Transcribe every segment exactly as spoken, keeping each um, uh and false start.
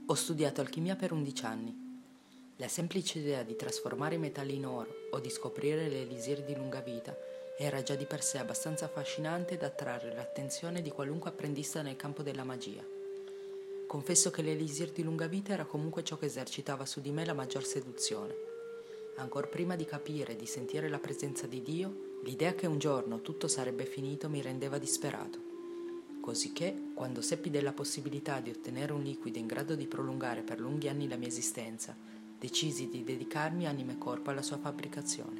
Ho studiato alchimia per undici anni. La semplice idea di trasformare i metalli in oro o di scoprire l'elisir di lunga vita era già di per sé abbastanza affascinante da attrarre l'attenzione di qualunque apprendista nel campo della magia. Confesso che l'elisir di lunga vita era comunque ciò che esercitava su di me la maggior seduzione. Ancor prima di capire e di sentire la presenza di Dio, l'idea che un giorno tutto sarebbe finito mi rendeva disperato. Cosicché, quando seppi della possibilità di ottenere un liquido in grado di prolungare per lunghi anni la mia esistenza, decisi di dedicarmi anima e corpo alla sua fabbricazione.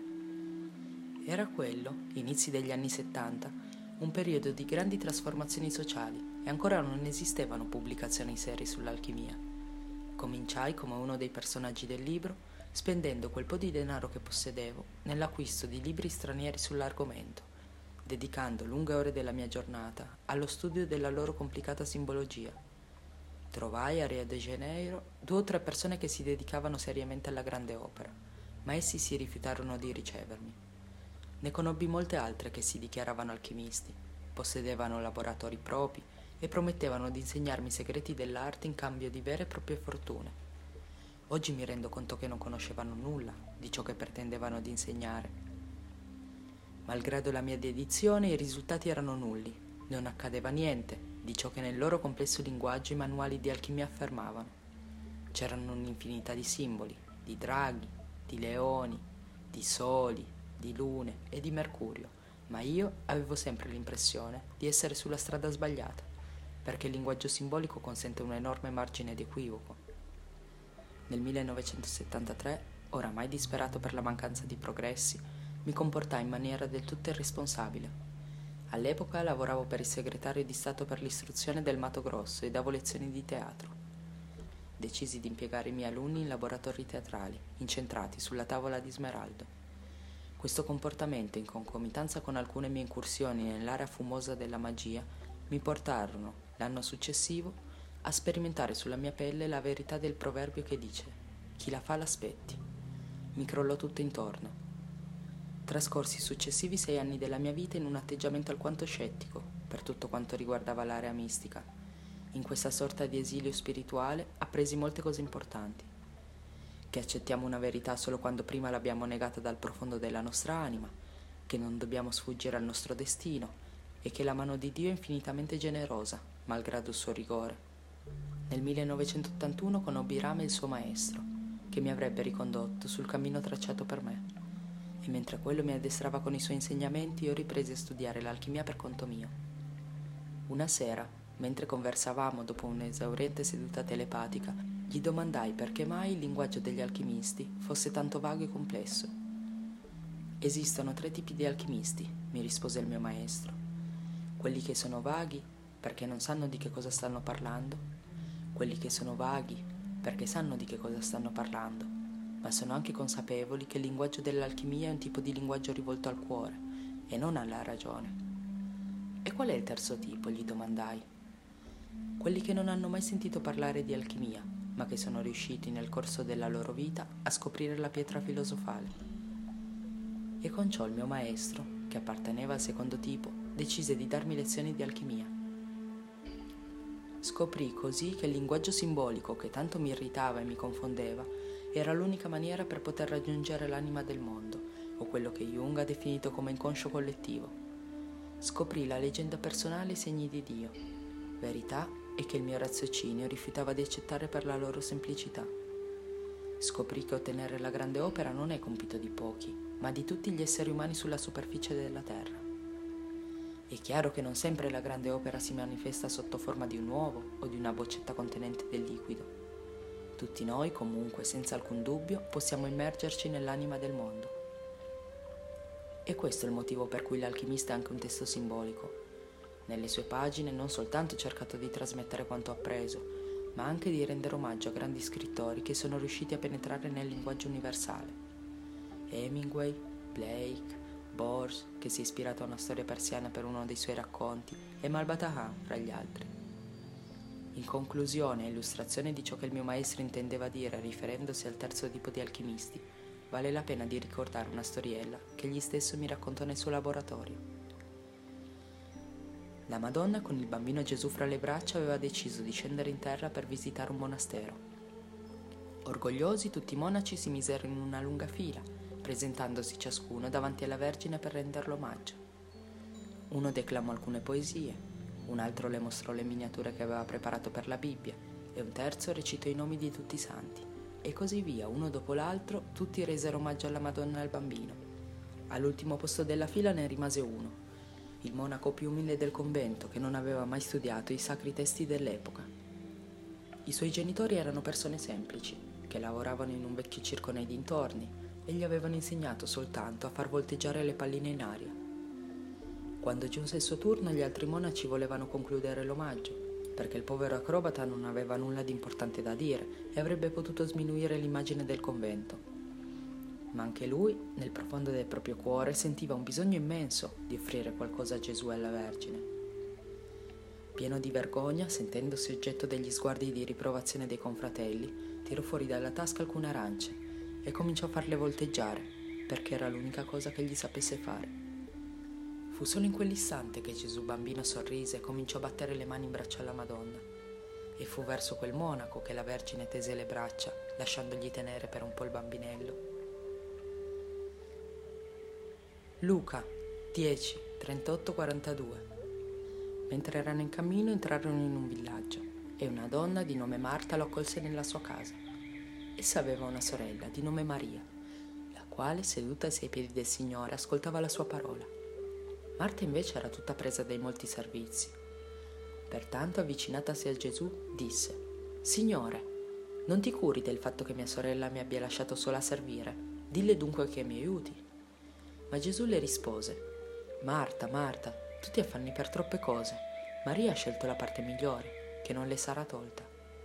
Era quello, inizi degli anni settanta, un periodo di grandi trasformazioni sociali e ancora non esistevano pubblicazioni serie sull'alchimia. Cominciai come uno dei personaggi del libro, spendendo quel po' di denaro che possedevo nell'acquisto di libri stranieri sull'argomento, dedicando lunghe ore della mia giornata allo studio della loro complicata simbologia. Trovai a Rio de Janeiro due o tre persone che si dedicavano seriamente alla grande opera, ma essi si rifiutarono di ricevermi. Ne conobbi molte altre che si dichiaravano alchimisti, possedevano laboratori propri e promettevano di insegnarmi i segreti dell'arte in cambio di vere e proprie fortune. Oggi mi rendo conto che non conoscevano nulla di ciò che pretendevano di insegnare. Malgrado la mia dedizione, i risultati erano nulli. Non accadeva niente di ciò che nel loro complesso linguaggio i manuali di alchimia affermavano. C'erano un'infinità di simboli, di draghi, di leoni, di soli, di lune e di mercurio, ma io avevo sempre l'impressione di essere sulla strada sbagliata, perché il linguaggio simbolico consente un enorme margine di equivoco. Nel millenovecentosettantatré, oramai disperato per la mancanza di progressi, mi comportai in maniera del tutto irresponsabile. All'epoca lavoravo per il segretario di Stato per l'istruzione del Mato Grosso e davo lezioni di teatro. Decisi di impiegare i miei alunni in laboratori teatrali, incentrati sulla tavola di Smeraldo. Questo comportamento, in concomitanza con alcune mie incursioni nell'area fumosa della magia, mi portarono, l'anno successivo, a sperimentare sulla mia pelle la verità del proverbio che dice «Chi la fa l'aspetti». Mi crollò tutto intorno. Trascorsi i successivi sei anni della mia vita in un atteggiamento alquanto scettico per tutto quanto riguardava l'area mistica. In questa sorta di esilio spirituale appresi molte cose importanti. Che accettiamo una verità solo quando prima l'abbiamo negata dal profondo della nostra anima, che non dobbiamo sfuggire al nostro destino e che la mano di Dio è infinitamente generosa, malgrado il suo rigore. Nel millenovecentottantuno conobbi Rama, il suo maestro, che mi avrebbe ricondotto sul cammino tracciato per me. E mentre quello mi addestrava con i suoi insegnamenti, io ripresi a studiare l'alchimia per conto mio. Una sera, mentre conversavamo dopo un'esauriente seduta telepatica, gli domandai perché mai il linguaggio degli alchimisti fosse tanto vago e complesso. Esistono tre tipi di alchimisti, mi rispose il mio maestro. Quelli che sono vaghi perché non sanno di che cosa stanno parlando, quelli che sono vaghi perché sanno di che cosa stanno parlando, ma sono anche consapevoli che il linguaggio dell'alchimia è un tipo di linguaggio rivolto al cuore e non alla ragione. E qual è il terzo tipo? Gli domandai. Quelli che non hanno mai sentito parlare di alchimia, ma che sono riusciti nel corso della loro vita a scoprire la pietra filosofale. E con ciò il mio maestro, che apparteneva al secondo tipo, decise di darmi lezioni di alchimia. Scoprì così che il linguaggio simbolico che tanto mi irritava e mi confondeva era l'unica maniera per poter raggiungere l'anima del mondo, o quello che Jung ha definito come inconscio collettivo. Scoprì la leggenda personale e i segni di Dio, verità e che il mio raziocinio rifiutava di accettare per la loro semplicità. Scoprì che ottenere la grande opera non è compito di pochi, ma di tutti gli esseri umani sulla superficie della terra. È chiaro che non sempre la grande opera si manifesta sotto forma di un uovo o di una boccetta contenente del liquido. Tutti noi, comunque, senza alcun dubbio, possiamo immergerci nell'anima del mondo. E questo è il motivo per cui l'alchimista è anche un testo simbolico. Nelle sue pagine non soltanto ho cercato di trasmettere quanto ho appreso, ma anche di rendere omaggio a grandi scrittori che sono riusciti a penetrare nel linguaggio universale. Hemingway, Blake, Bors, che si è ispirato a una storia persiana per uno dei suoi racconti, e Malbatahan, fra gli altri. In conclusione e illustrazione di ciò che il mio maestro intendeva dire riferendosi al terzo tipo di alchimisti, vale la pena di ricordare una storiella che egli stesso mi raccontò nel suo laboratorio. La Madonna, con il bambino Gesù fra le braccia, aveva deciso di scendere in terra per visitare un monastero. Orgogliosi, tutti i monaci si misero in una lunga fila, presentandosi ciascuno davanti alla Vergine per renderle omaggio. Uno declamò alcune poesie, un altro le mostrò le miniature che aveva preparato per la Bibbia e un terzo recitò i nomi di tutti i santi. E così via, uno dopo l'altro, tutti resero omaggio alla Madonna e al bambino. All'ultimo posto della fila ne rimase uno, il monaco più umile del convento, che non aveva mai studiato i sacri testi dell'epoca. I suoi genitori erano persone semplici, che lavoravano in un vecchio circo nei dintorni e gli avevano insegnato soltanto a far volteggiare le palline in aria. Quando giunse il suo turno, gli altri monaci volevano concludere l'omaggio, perché il povero acrobata non aveva nulla di importante da dire e avrebbe potuto sminuire l'immagine del convento. Ma anche lui, nel profondo del proprio cuore, sentiva un bisogno immenso di offrire qualcosa a Gesù e alla Vergine. Pieno di vergogna, sentendosi oggetto degli sguardi di riprovazione dei confratelli, tirò fuori dalla tasca alcune arance e cominciò a farle volteggiare, perché era l'unica cosa che gli sapesse fare. Fu solo in quell'istante che Gesù bambino sorrise e cominciò a battere le mani in braccio alla Madonna. E fu verso quel monaco che la Vergine tese le braccia, lasciandogli tenere per un po' il bambinello. Luca dieci, trentotto quarantadue. Mentre erano in cammino entrarono in un villaggio e una donna di nome Marta lo accolse nella sua casa. Essa aveva una sorella di nome Maria, la quale, sedutasi ai piedi del Signore, ascoltava la sua parola. Marta invece era tutta presa dai molti servizi. Pertanto, avvicinatasi a Gesù, disse: «Signore, non ti curi del fatto che mia sorella mi abbia lasciato sola a servire? Dille dunque che mi aiuti». Ma Gesù le rispose: «Marta, Marta, tu ti affanni per troppe cose. Maria ha scelto la parte migliore, che non le sarà tolta».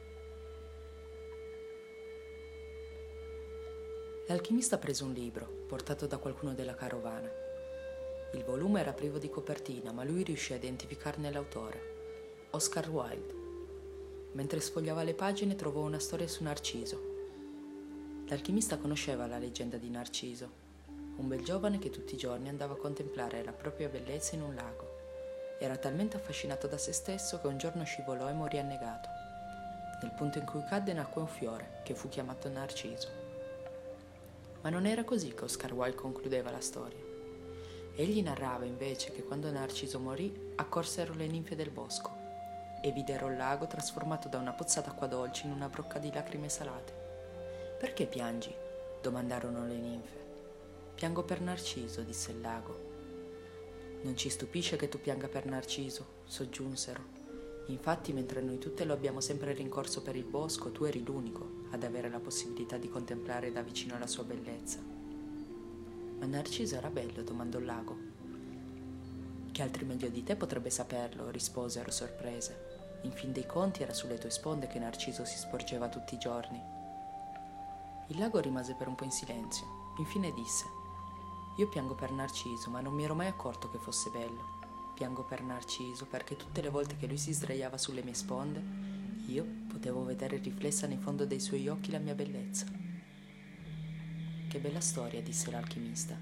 L'alchimista prese un libro, portato da qualcuno della carovana. Il volume era privo di copertina, ma lui riuscì a identificarne l'autore, Oscar Wilde. Mentre sfogliava le pagine trovò una storia su Narciso. L'alchimista conosceva la leggenda di Narciso, un bel giovane che tutti i giorni andava a contemplare la propria bellezza in un lago. Era talmente affascinato da se stesso che un giorno scivolò e morì annegato. Nel punto in cui cadde nacque un fiore, che fu chiamato Narciso. Ma non era così che Oscar Wilde concludeva la storia. Egli narrava invece che quando Narciso morì, accorsero le ninfe del bosco e videro il lago trasformato da una pozza d'acqua dolce in una brocca di lacrime salate. «Perché piangi?» domandarono le ninfe. «Piango per Narciso», disse il lago. «Non ci stupisce che tu pianga per Narciso», soggiunsero. «Infatti, mentre noi tutte lo abbiamo sempre rincorso per il bosco, tu eri l'unico ad avere la possibilità di contemplare da vicino la sua bellezza». «Ma Narciso era bello?» domandò il lago. «Che altri meglio di te potrebbe saperlo?» risposero sorprese. «In fin dei conti era sulle tue sponde che Narciso si sporgeva tutti i giorni». Il lago rimase per un po' in silenzio. Infine disse: «Io piango per Narciso, ma non mi ero mai accorto che fosse bello. Piango per Narciso perché tutte le volte che lui si sdraiava sulle mie sponde, io potevo vedere riflessa nel fondo dei suoi occhi la mia bellezza». «Che bella storia», disse l'alchimista.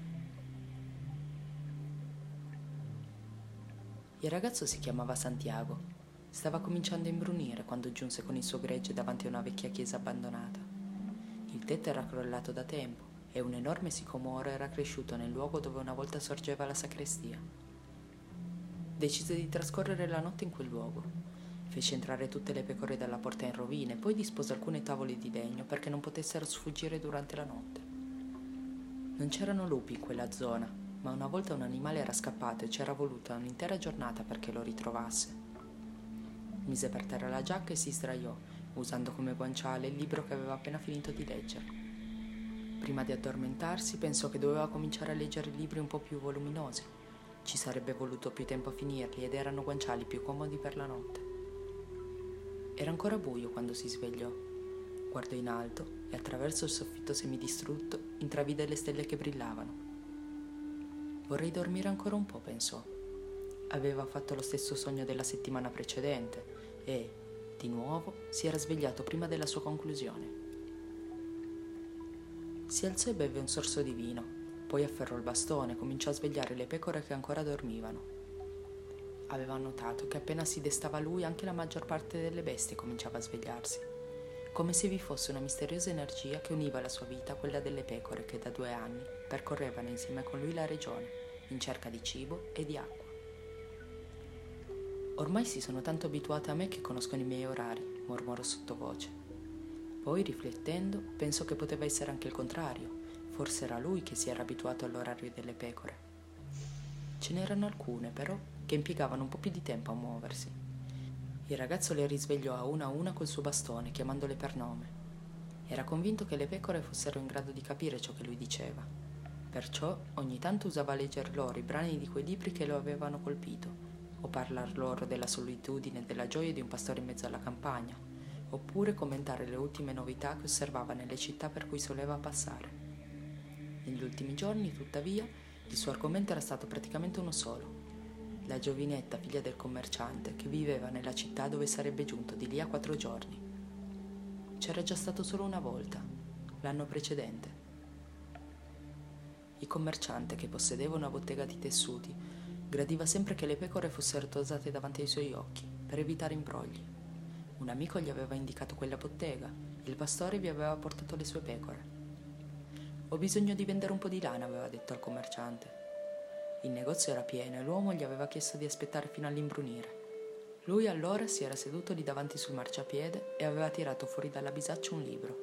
Il ragazzo si chiamava Santiago. Stava cominciando a imbrunire quando giunse con il suo gregge davanti a una vecchia chiesa abbandonata. Il tetto era crollato da tempo e un enorme sicomoro era cresciuto nel luogo dove una volta sorgeva la sacrestia. Decise di trascorrere la notte in quel luogo. Fece entrare tutte le pecore dalla porta in rovine, poi dispose alcune tavole di legno perché non potessero sfuggire durante la notte. Non c'erano lupi in quella zona, ma una volta un animale era scappato e c'era voluta un'intera giornata perché lo ritrovasse. Mise per terra la giacca e si sdraiò, usando come guanciale il libro che aveva appena finito di leggere. Prima di addormentarsi pensò che doveva cominciare a leggere libri un po' più voluminosi. Ci sarebbe voluto più tempo a finirli ed erano guanciali più comodi per la notte. Era ancora buio quando si svegliò. Guardò in alto e attraverso il soffitto semidistrutto intravide le stelle che brillavano. Vorrei dormire ancora un po', pensò. Aveva fatto lo stesso sogno della settimana precedente e, di nuovo, si era svegliato prima della sua conclusione. Si alzò e beve un sorso di vino, poi afferrò il bastone e cominciò a svegliare le pecore che ancora dormivano. aveva notato che appena si destava lui anche la maggior parte delle bestie cominciava a svegliarsi, come se vi fosse una misteriosa energia che univa la sua vita a quella delle pecore che da due anni percorrevano insieme con lui la regione in cerca di cibo e di acqua. Ormai si sono tanto abituate a me che conoscono i miei orari, mormorò sottovoce. Poi, riflettendo, penso che poteva essere anche il contrario. Forse era lui che si era abituato all'orario delle pecore. Ce n'erano alcune, però, che impiegavano un po' più di tempo a muoversi. Il ragazzo le risvegliò a una a una col suo bastone, chiamandole per nome. Era convinto che le pecore fossero in grado di capire ciò che lui diceva. Perciò ogni tanto usava a legger loro i brani di quei libri che lo avevano colpito, o parlar loro della solitudine e della gioia di un pastore in mezzo alla campagna, oppure commentare le ultime novità che osservava nelle città per cui soleva passare. Negli ultimi giorni, tuttavia, il suo argomento era stato praticamente uno solo: la giovinetta figlia del commerciante che viveva nella città dove sarebbe giunto di lì a quattro giorni. C'era già stato solo una volta, l'anno precedente. Il commerciante, che possedeva una bottega di tessuti, gradiva sempre che le pecore fossero tosate davanti ai suoi occhi, per evitare imbrogli. Un amico gli aveva indicato quella bottega, il pastore vi aveva portato le sue pecore. «Ho bisogno di vendere un po' di lana», aveva detto al commerciante. Il negozio era pieno e l'uomo gli aveva chiesto di aspettare fino all'imbrunire. Lui allora si era seduto lì davanti sul marciapiede e aveva tirato fuori dalla bisaccia un libro.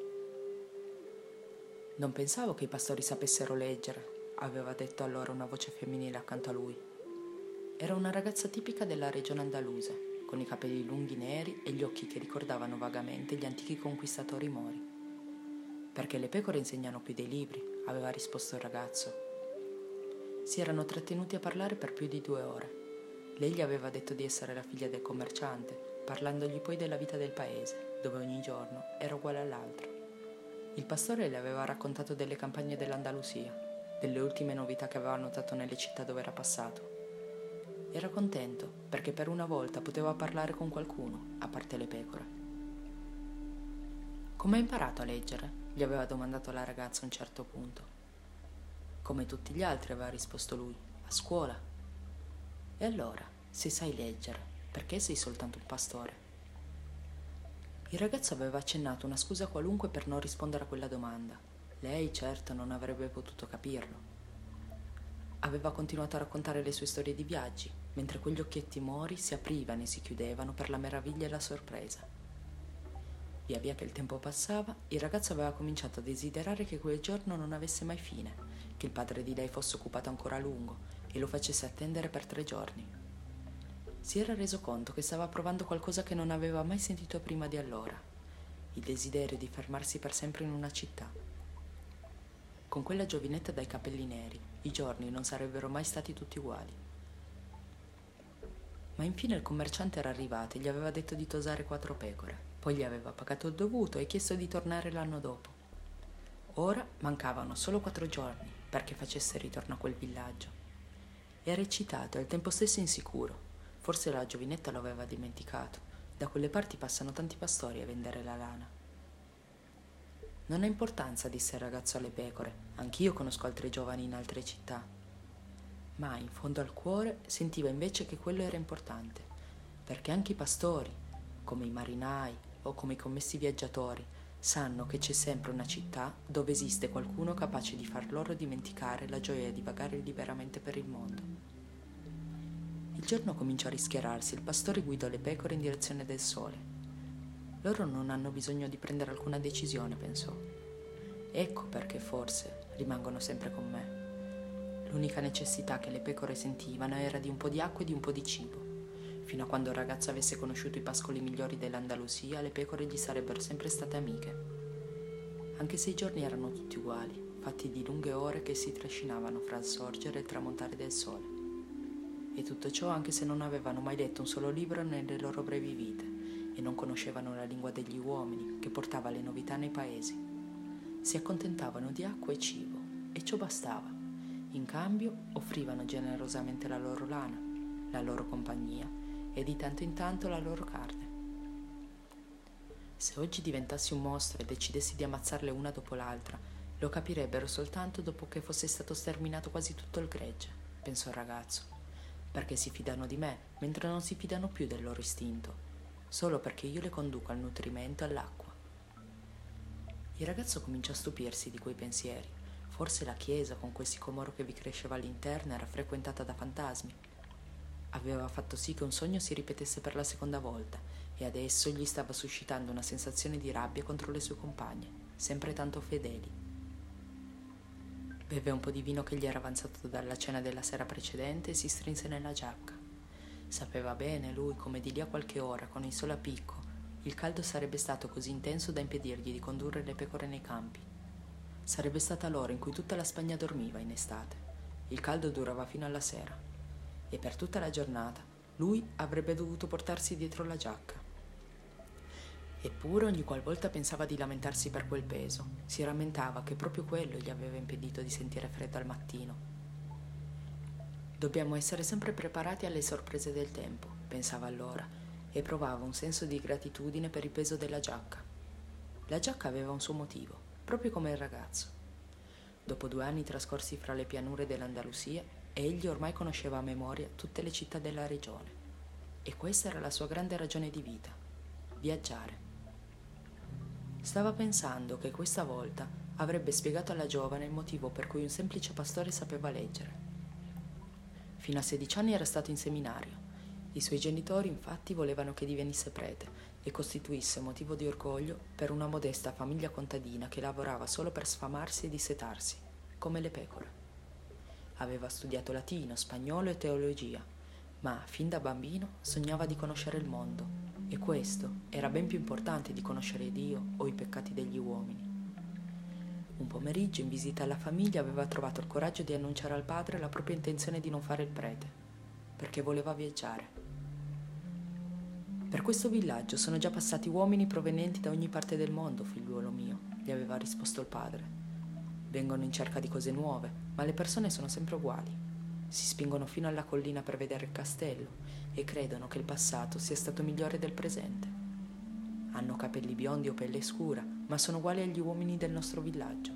«Non pensavo che i pastori sapessero leggere», aveva detto allora una voce femminile accanto a lui. Era una ragazza tipica della regione andalusa, con i capelli lunghi neri e gli occhi che ricordavano vagamente gli antichi conquistatori mori. «Perché le pecore insegnano più dei libri», aveva risposto il ragazzo. Si erano trattenuti a parlare per più di due ore. Lei gli aveva detto di essere la figlia del commerciante, parlandogli poi della vita del paese, dove ogni giorno era uguale all'altro. Il pastore le aveva raccontato delle campagne dell'Andalusia, delle ultime novità che aveva notato nelle città dove era passato. Era contento perché per una volta poteva parlare con qualcuno, a parte le pecore. «Come hai imparato a leggere?» gli aveva domandato la ragazza a un certo punto. «Come tutti gli altri», aveva risposto lui, «a scuola». «E allora, se sai leggere, perché sei soltanto un pastore?» Il ragazzo aveva accennato una scusa qualunque per non rispondere a quella domanda. Lei, certo, non avrebbe potuto capirlo. Aveva continuato a raccontare le sue storie di viaggi, mentre quegli occhietti mori si aprivano e si chiudevano per la meraviglia e la sorpresa. Via via che il tempo passava, il ragazzo aveva cominciato a desiderare che quel giorno non avesse mai fine, che il padre di lei fosse occupato ancora a lungo e lo facesse attendere per tre giorni. Si era reso conto che stava provando qualcosa che non aveva mai sentito prima di allora: il desiderio di fermarsi per sempre in una città. Con quella giovinetta dai capelli neri, i giorni non sarebbero mai stati tutti uguali. Ma infine il commerciante era arrivato e gli aveva detto di tosare quattro pecore, poi gli aveva pagato il dovuto e chiesto di tornare l'anno dopo. Ora mancavano solo quattro giorni perché facesse ritorno a quel villaggio. Era eccitato e al tempo stesso insicuro. Forse la giovinetta lo aveva dimenticato. Da quelle parti passano tanti pastori a vendere la lana. «Non ha importanza», disse il ragazzo alle pecore, «anch'io conosco altri giovani in altre città». Ma in fondo al cuore sentiva invece che quello era importante, perché anche i pastori, come i marinai o come i commessi viaggiatori, sanno che c'è sempre una città dove esiste qualcuno capace di far loro dimenticare la gioia di vagare liberamente per il mondo. Il giorno cominciò a rischiararsi e il pastore guidò le pecore in direzione del sole. Loro non hanno bisogno di prendere alcuna decisione, pensò. Ecco perché forse rimangono sempre con me. L'unica necessità che le pecore sentivano era di un po' di acqua e di un po' di cibo. Fino a quando il ragazzo avesse conosciuto i pascoli migliori dell'Andalusia, le pecore gli sarebbero sempre state amiche. Anche se i giorni erano tutti uguali, fatti di lunghe ore che si trascinavano fra il sorgere e il tramontare del sole. E tutto ciò anche se non avevano mai letto un solo libro nelle loro brevi vite e non conoscevano la lingua degli uomini che portava le novità nei paesi. Si accontentavano di acqua e cibo, e ciò bastava. In cambio offrivano generosamente la loro lana, la loro compagnia e di tanto in tanto la loro carne. Se oggi diventassi un mostro e decidessi di ammazzarle una dopo l'altra, lo capirebbero soltanto dopo che fosse stato sterminato quasi tutto il gregge, pensò il ragazzo. perché si fidano di me, mentre non si fidano più del loro istinto, solo perché io le conduco al nutrimento e all'acqua. Il ragazzo cominciò a stupirsi di quei pensieri. Forse la chiesa, con quel sicomoro che vi cresceva all'interno, era frequentata da fantasmi. Aveva fatto sì che un sogno si ripetesse per la seconda volta, e adesso gli stava suscitando una sensazione di rabbia contro le sue compagne, sempre tanto fedeli. Beve un po' di vino che gli era avanzato dalla cena della sera precedente e si strinse nella giacca. Sapeva bene lui come di lì a qualche ora, con il sole a picco, il caldo sarebbe stato così intenso da impedirgli di condurre le pecore nei campi. Sarebbe stata l'ora in cui tutta la Spagna dormiva in estate. Il caldo durava fino alla sera. E per tutta la giornata lui avrebbe dovuto portarsi dietro la giacca. Eppure ogni qualvolta pensava di lamentarsi per quel peso, si rammentava che proprio quello gli aveva impedito di sentire freddo al mattino. Dobbiamo essere sempre preparati alle sorprese del tempo, pensava allora, e provava un senso di gratitudine per il peso della giacca. La giacca aveva un suo motivo, proprio come il ragazzo. Dopo due anni trascorsi fra le pianure dell'Andalusia, egli ormai conosceva a memoria tutte le città della regione. E questa era la sua grande ragione di vita: viaggiare. Stava pensando che questa volta avrebbe spiegato alla giovane il motivo per cui un semplice pastore sapeva leggere. Fino a sedici anni era stato in seminario. I suoi genitori, infatti, volevano che divenisse prete e costituisse motivo di orgoglio per una modesta famiglia contadina che lavorava solo per sfamarsi e dissetarsi, come le pecore. Aveva studiato latino, spagnolo e teologia, ma fin da bambino sognava di conoscere il mondo, e questo era ben più importante di conoscere Dio o i peccati degli uomini. Un pomeriggio, in visita alla famiglia, aveva trovato il coraggio di annunciare al padre la propria intenzione di non fare il prete, perché voleva viaggiare. Per questo villaggio sono già passati uomini provenienti da ogni parte del mondo, figliuolo mio, gli aveva risposto il padre. Vengono in cerca di cose nuove, ma le persone sono sempre uguali. Si spingono fino alla collina per vedere il castello e credono che il passato sia stato migliore del presente. Hanno capelli biondi o pelle scura, ma sono uguali agli uomini del nostro villaggio.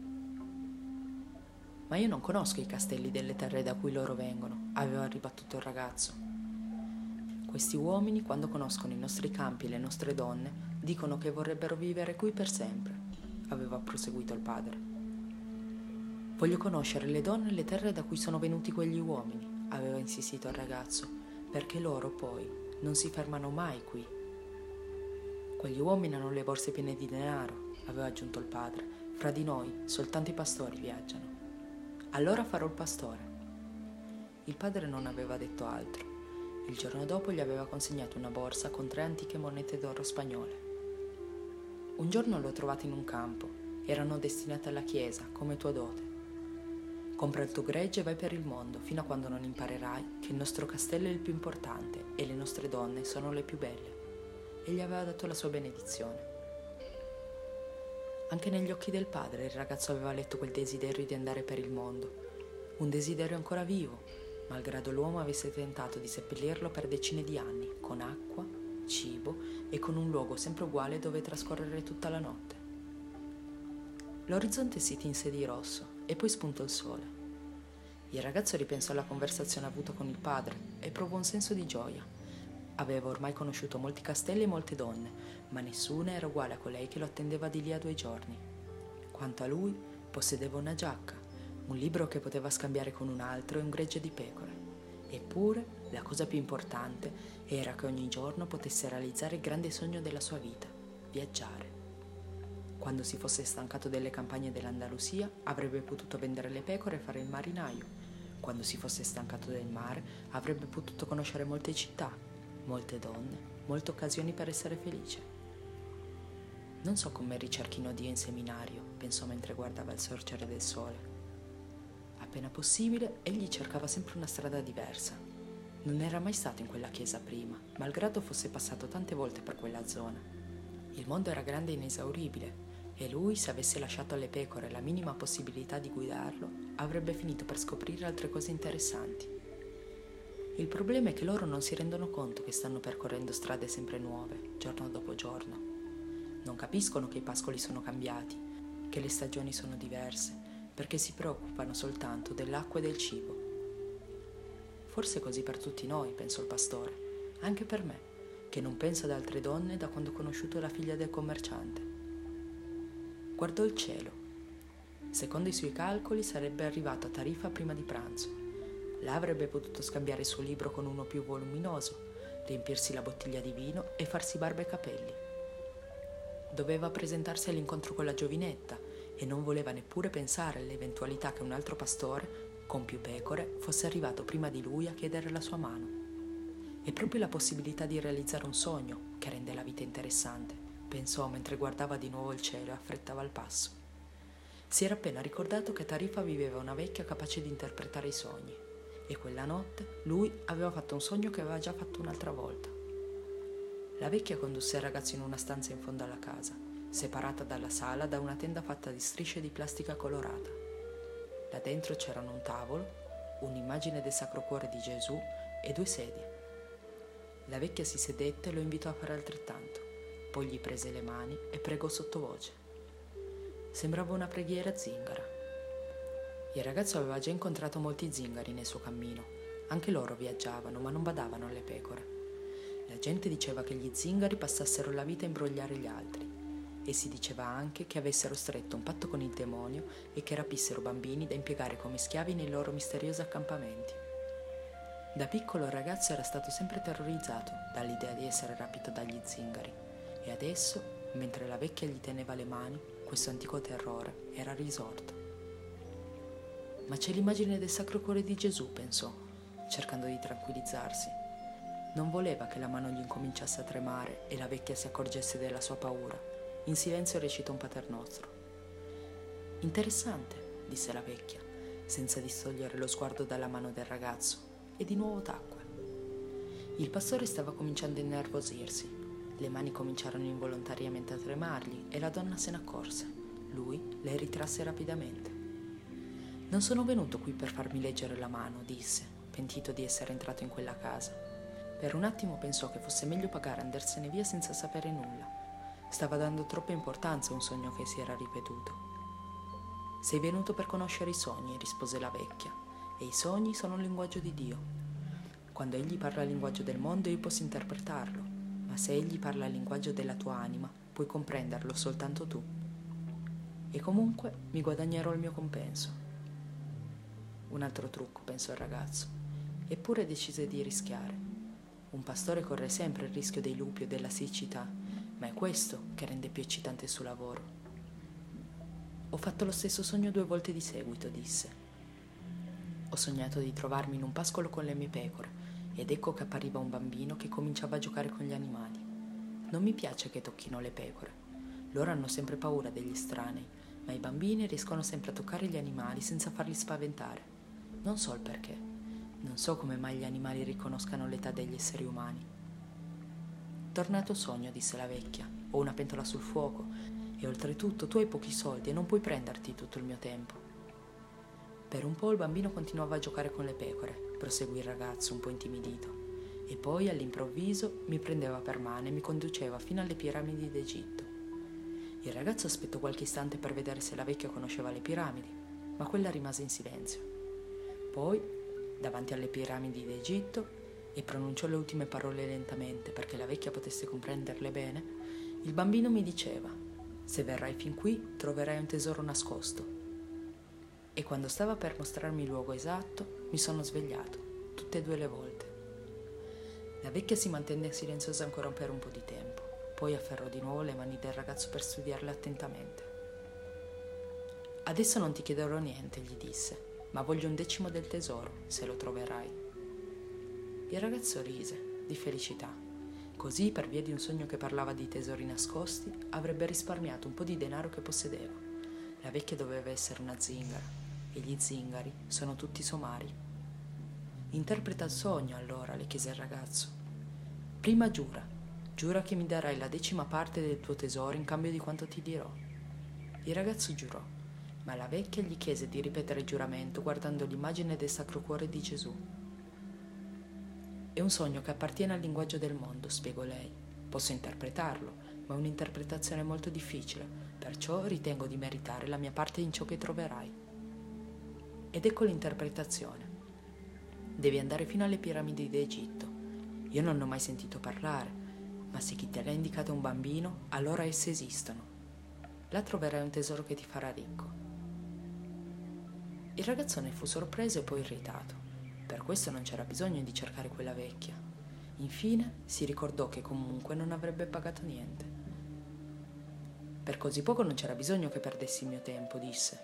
Ma io non conosco i castelli delle terre da cui loro vengono, aveva ribattuto il ragazzo. Questi uomini, quando conoscono i nostri campi e le nostre donne, dicono che vorrebbero vivere qui per sempre, aveva proseguito il padre. Voglio conoscere le donne e le terre da cui sono venuti quegli uomini, aveva insistito il ragazzo, perché loro poi non si fermano mai qui. Quegli uomini hanno le borse piene di denaro, aveva aggiunto il padre. Fra di noi soltanto i pastori viaggiano. Allora farò il pastore. Il padre non aveva detto altro. Il giorno dopo gli aveva consegnato una borsa con tre antiche monete d'oro spagnole. Un giorno l'ho trovato in un campo. Erano destinate alla chiesa, come tua dote. Compra il tuo gregge e vai per il mondo, fino a quando non imparerai che il nostro castello è il più importante e le nostre donne sono le più belle. E gli aveva dato la sua benedizione. Anche negli occhi del padre il ragazzo aveva letto quel desiderio di andare per il mondo. Un desiderio ancora vivo, malgrado l'uomo avesse tentato di seppellirlo per decine di anni, con acqua, cibo e con un luogo sempre uguale dove trascorrere tutta la notte. L'orizzonte si tinse di rosso e poi spuntò il sole. Il ragazzo ripensò alla conversazione avuta con il padre e provò un senso di gioia. Aveva ormai conosciuto molti castelli e molte donne, ma nessuna era uguale a colei che lo attendeva di lì a due giorni. Quanto a lui, possedeva una giacca, un libro che poteva scambiare con un altro e un gregge di pecore. Eppure, la cosa più importante era che ogni giorno potesse realizzare il grande sogno della sua vita, viaggiare. Quando si fosse stancato delle campagne dell'Andalusia, avrebbe potuto vendere le pecore e fare il marinaio. Quando si fosse stancato del mare, avrebbe potuto conoscere molte città, molte donne, molte occasioni per essere felice. Non so come ricerchino Dio in seminario, pensò mentre guardava il sorgere del sole. Appena possibile, egli cercava sempre una strada diversa. Non era mai stato in quella chiesa prima, malgrado fosse passato tante volte per quella zona. Il mondo era grande e inesauribile, e lui, se avesse lasciato alle pecore la minima possibilità di guidarlo, avrebbe finito per scoprire altre cose interessanti. Il problema è che loro non si rendono conto che stanno percorrendo strade sempre nuove, giorno dopo giorno. Non capiscono che i pascoli sono cambiati, che le stagioni sono diverse, perché si preoccupano soltanto dell'acqua e del cibo. Forse è così per tutti noi, pensò il pastore, anche per me, che non penso ad altre donne da quando ho conosciuto la figlia del commerciante. Guardò il cielo. Secondo i suoi calcoli sarebbe arrivato a Tarifa prima di pranzo. Là avrebbe potuto scambiare il suo libro con uno più voluminoso, riempirsi la bottiglia di vino e farsi barba e capelli. Doveva presentarsi all'incontro con la giovinetta e non voleva neppure pensare all'eventualità che un altro pastore, con più pecore, fosse arrivato prima di lui a chiedere la sua mano. È proprio la possibilità di realizzare un sogno che rende la vita interessante, pensò mentre guardava di nuovo il cielo e affrettava il passo. Si era appena ricordato che a Tarifa viveva una vecchia capace di interpretare i sogni, e quella notte lui aveva fatto un sogno che aveva già fatto un'altra volta. La vecchia condusse il ragazzo in una stanza in fondo alla casa, separata dalla sala da una tenda fatta di strisce di plastica colorata. Là dentro c'erano un tavolo, un'immagine del Sacro Cuore di Gesù e due sedie. La vecchia si sedette e lo invitò a fare altrettanto, poi gli prese le mani e pregò sottovoce. Sembrava una preghiera zingara. Il ragazzo aveva già incontrato molti zingari nel suo cammino. Anche loro viaggiavano, ma non badavano alle pecore. La gente diceva che gli zingari passassero la vita a imbrogliare gli altri, e si diceva anche che avessero stretto un patto con il demonio e che rapissero bambini da impiegare come schiavi nei loro misteriosi accampamenti. Da piccolo il ragazzo era stato sempre terrorizzato dall'idea di essere rapito dagli zingari, e adesso, mentre la vecchia gli teneva le mani, questo antico terrore era risorto. Ma c'è l'immagine del Sacro Cuore di Gesù, pensò, cercando di tranquillizzarsi. Non voleva che la mano gli incominciasse a tremare e la vecchia si accorgesse della sua paura. In silenzio recitò un Paternostro. Interessante, disse la vecchia, senza distogliere lo sguardo dalla mano del ragazzo, e di nuovo tacque. Il pastore stava cominciando a innervosirsi. Le mani cominciarono involontariamente a tremargli e la donna se ne accorse. Lui le ritrasse rapidamente. Non sono venuto qui per farmi leggere la mano, disse, pentito di essere entrato in quella casa. Per un attimo pensò che fosse meglio pagare e andarsene via senza sapere nulla. Stava dando troppa importanza a un sogno che si era ripetuto. Sei venuto per conoscere i sogni, rispose la vecchia, e i sogni sono un linguaggio di Dio. Quando egli parla il linguaggio del mondo io posso interpretarlo, ma se egli parla il linguaggio della tua anima puoi comprenderlo soltanto tu. E comunque mi guadagnerò il mio compenso. Un altro trucco, pensò il ragazzo, eppure decise di rischiare. Un pastore corre sempre il rischio dei lupi o della siccità, ma è questo che rende più eccitante il suo lavoro. Ho fatto lo stesso sogno due volte di seguito, disse. Ho sognato di trovarmi in un pascolo con le mie pecore, ed ecco che appariva un bambino che cominciava a giocare con gli animali. Non mi piace che tocchino le pecore. Loro hanno sempre paura degli estranei, ma i bambini riescono sempre a toccare gli animali senza farli spaventare. Non so il perché. Non so come mai gli animali riconoscano l'età degli esseri umani. Tornato sogno, disse la vecchia. Ho una pentola sul fuoco e oltretutto tu hai pochi soldi e non puoi prenderti tutto il mio tempo. Per un po' il bambino continuava a giocare con le pecore, proseguì il ragazzo un po' intimidito, e poi all'improvviso mi prendeva per mano e mi conduceva fino alle piramidi d'Egitto. Il ragazzo aspettò qualche istante per vedere se la vecchia conosceva le piramidi, ma quella rimase in silenzio. Poi, davanti alle piramidi d'Egitto, e pronunciò le ultime parole lentamente perché la vecchia potesse comprenderle bene, il bambino mi diceva: se verrai fin qui troverai un tesoro nascosto. E quando stava per mostrarmi il luogo esatto, mi sono svegliato, tutte e due le volte. La vecchia si mantenne silenziosa ancora per un po' di tempo, poi afferrò di nuovo le mani del ragazzo per studiarle attentamente. Adesso non ti chiederò niente, gli disse, ma voglio un decimo del tesoro, se lo troverai. Il ragazzo rise, di felicità. Così, per via di un sogno che parlava di tesori nascosti, avrebbe risparmiato un po' di denaro che possedeva. La vecchia doveva essere una zingara, e gli zingari sono tutti somari. Interpreta il sogno, allora, le chiese il ragazzo. Prima giura, giura che mi darai la decima parte del tuo tesoro in cambio di quanto ti dirò. Il ragazzo giurò, ma la vecchia gli chiese di ripetere il giuramento guardando l'immagine del Sacro Cuore di Gesù. È un sogno che appartiene al linguaggio del mondo, spiegò lei. Posso interpretarlo, ma è un'interpretazione molto difficile, perciò ritengo di meritare la mia parte in ciò che troverai. Ed ecco l'interpretazione. devi andare fino alle piramidi d'Egitto. Io non ne ho mai sentito parlare, ma se chi te l'ha indicato è un bambino, allora esse esistono. Là troverai un tesoro che ti farà ricco. Il ragazzone fu sorpreso e poi irritato. Per questo non c'era bisogno di cercare quella vecchia. Infine si ricordò che comunque non avrebbe pagato niente. Per così poco non c'era bisogno che perdessi il mio tempo, disse.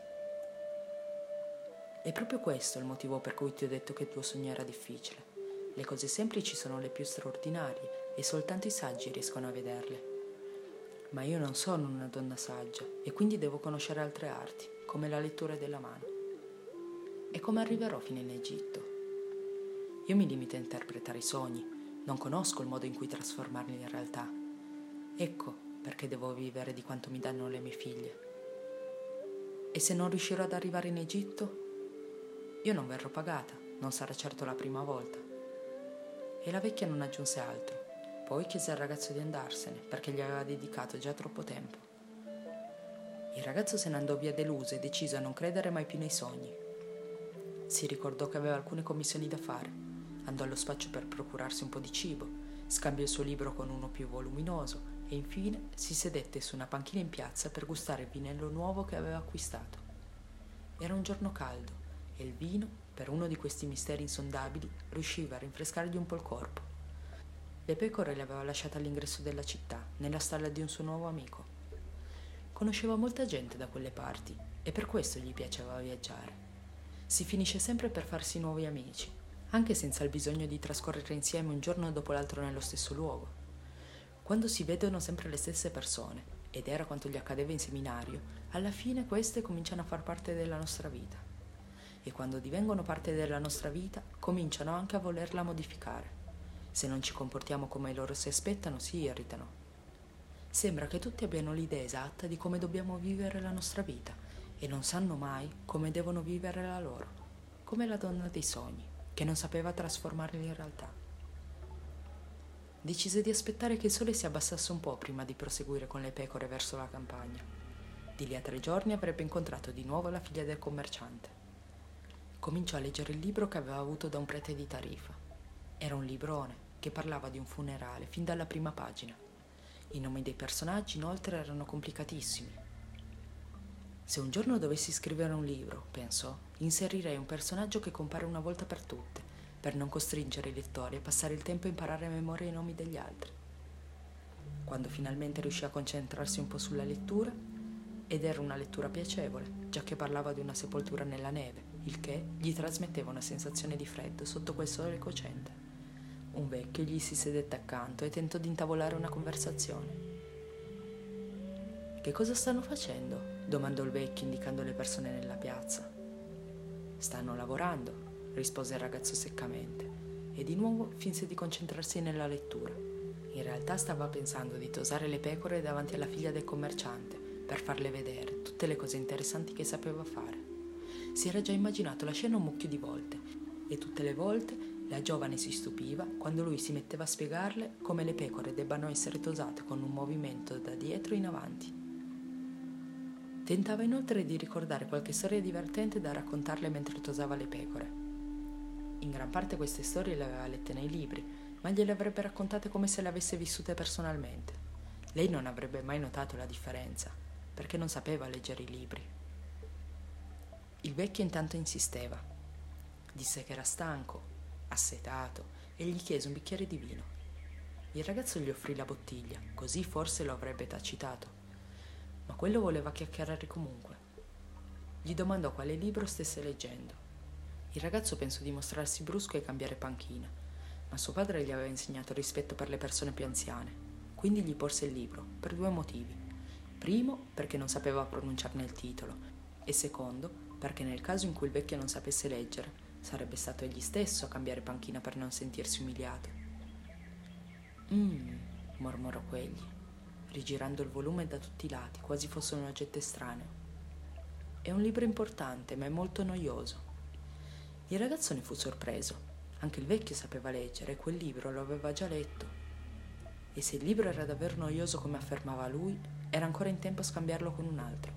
È proprio questo il motivo per cui ti ho detto che il tuo sogno era difficile. Le cose semplici sono le più straordinarie e soltanto i saggi riescono a vederle. Ma io non sono una donna saggia e quindi devo conoscere altre arti, come la lettura della mano. E come arriverò fino in Egitto? Io mi limito a interpretare i sogni, non conosco il modo in cui trasformarli in realtà. Ecco perché devo vivere di quanto mi danno le mie figlie. E se non riuscirò ad arrivare in Egitto? Io non verrò pagata, non sarà certo la prima volta. E la vecchia non aggiunse altro. Poi chiese al ragazzo di andarsene, perché gli aveva dedicato già troppo tempo. Il ragazzo se ne andò via deluso e deciso a non credere mai più nei sogni. Si ricordò che aveva alcune commissioni da fare. Andò allo spaccio per procurarsi un po' di cibo, scambiò il suo libro con uno più voluminoso e infine si sedette su una panchina in piazza per gustare il vinello nuovo che aveva acquistato. Era un giorno caldo e il vino, per uno di questi misteri insondabili, riusciva a rinfrescargli un po' il corpo. Le pecore le aveva lasciate all'ingresso della città, nella stalla di un suo nuovo amico. Conosceva molta gente da quelle parti e per questo gli piaceva viaggiare. Si finisce sempre per farsi nuovi amici, anche senza il bisogno di trascorrere insieme un giorno dopo l'altro nello stesso luogo. Quando si vedono sempre le stesse persone, ed era quanto gli accadeva in seminario, alla fine queste cominciano a far parte della nostra vita. E quando divengono parte della nostra vita, cominciano anche a volerla modificare. Se non ci comportiamo come loro si aspettano, si irritano. Sembra che tutti abbiano l'idea esatta di come dobbiamo vivere la nostra vita e non sanno mai come devono vivere la loro, come la donna dei sogni, che non sapeva trasformarli in realtà. Decise di aspettare che il sole si abbassasse un po' prima di proseguire con le pecore verso la campagna. Di lì a tre giorni avrebbe incontrato di nuovo la figlia del commerciante. Cominciò a leggere il libro che aveva avuto da un prete di Tarifa. Era un librone che parlava di un funerale fin dalla prima pagina. I nomi dei personaggi inoltre erano complicatissimi. Se un giorno dovessi scrivere un libro, pensò, inserirei un personaggio che compare una volta per tutte, per non costringere i lettori a passare il tempo a imparare a memoria i nomi degli altri. Quando finalmente riuscì a concentrarsi un po' sulla lettura, ed era una lettura piacevole, già che parlava di una sepoltura nella neve, il che gli trasmetteva una sensazione di freddo sotto quel sole cocente. Un vecchio gli si sedette accanto e tentò di intavolare una conversazione. «Che cosa stanno facendo?» domandò il vecchio indicando le persone nella piazza. «Stanno lavorando», rispose il ragazzo seccamente, e di nuovo finse di concentrarsi nella lettura. In realtà stava pensando di tosare le pecore davanti alla figlia del commerciante per farle vedere tutte le cose interessanti che sapeva fare. Si era già immaginato la scena un mucchio di volte, e tutte le volte la giovane si stupiva quando lui si metteva a spiegarle come le pecore debbano essere tosate con un movimento da dietro in avanti. Tentava inoltre di ricordare qualche storia divertente da raccontarle mentre tosava le pecore. In gran parte queste storie le aveva lette nei libri, ma gliele avrebbe raccontate come se le avesse vissute personalmente. Lei non avrebbe mai notato la differenza, perché non sapeva leggere i libri. Il vecchio intanto insisteva. Disse che era stanco, assetato, e gli chiese un bicchiere di vino. Il ragazzo gli offrì la bottiglia, così forse lo avrebbe tacitato. Ma quello voleva chiacchierare comunque. Gli domandò quale libro stesse leggendo. Il ragazzo pensò di mostrarsi brusco e cambiare panchina, ma suo padre gli aveva insegnato rispetto per le persone più anziane, quindi gli porse il libro, per due motivi. Primo, perché non sapeva pronunciarne il titolo, e secondo, perché nel caso in cui il vecchio non sapesse leggere, sarebbe stato egli stesso a cambiare panchina per non sentirsi umiliato. Mmm, mormorò quegli, rigirando il volume da tutti i lati, quasi fosse un oggetto estraneo. È un libro importante, ma è molto noioso. Il ragazzo ne fu sorpreso. Anche il vecchio sapeva leggere e quel libro lo aveva già letto. E se il libro era davvero noioso come affermava lui, era ancora in tempo a scambiarlo con un altro.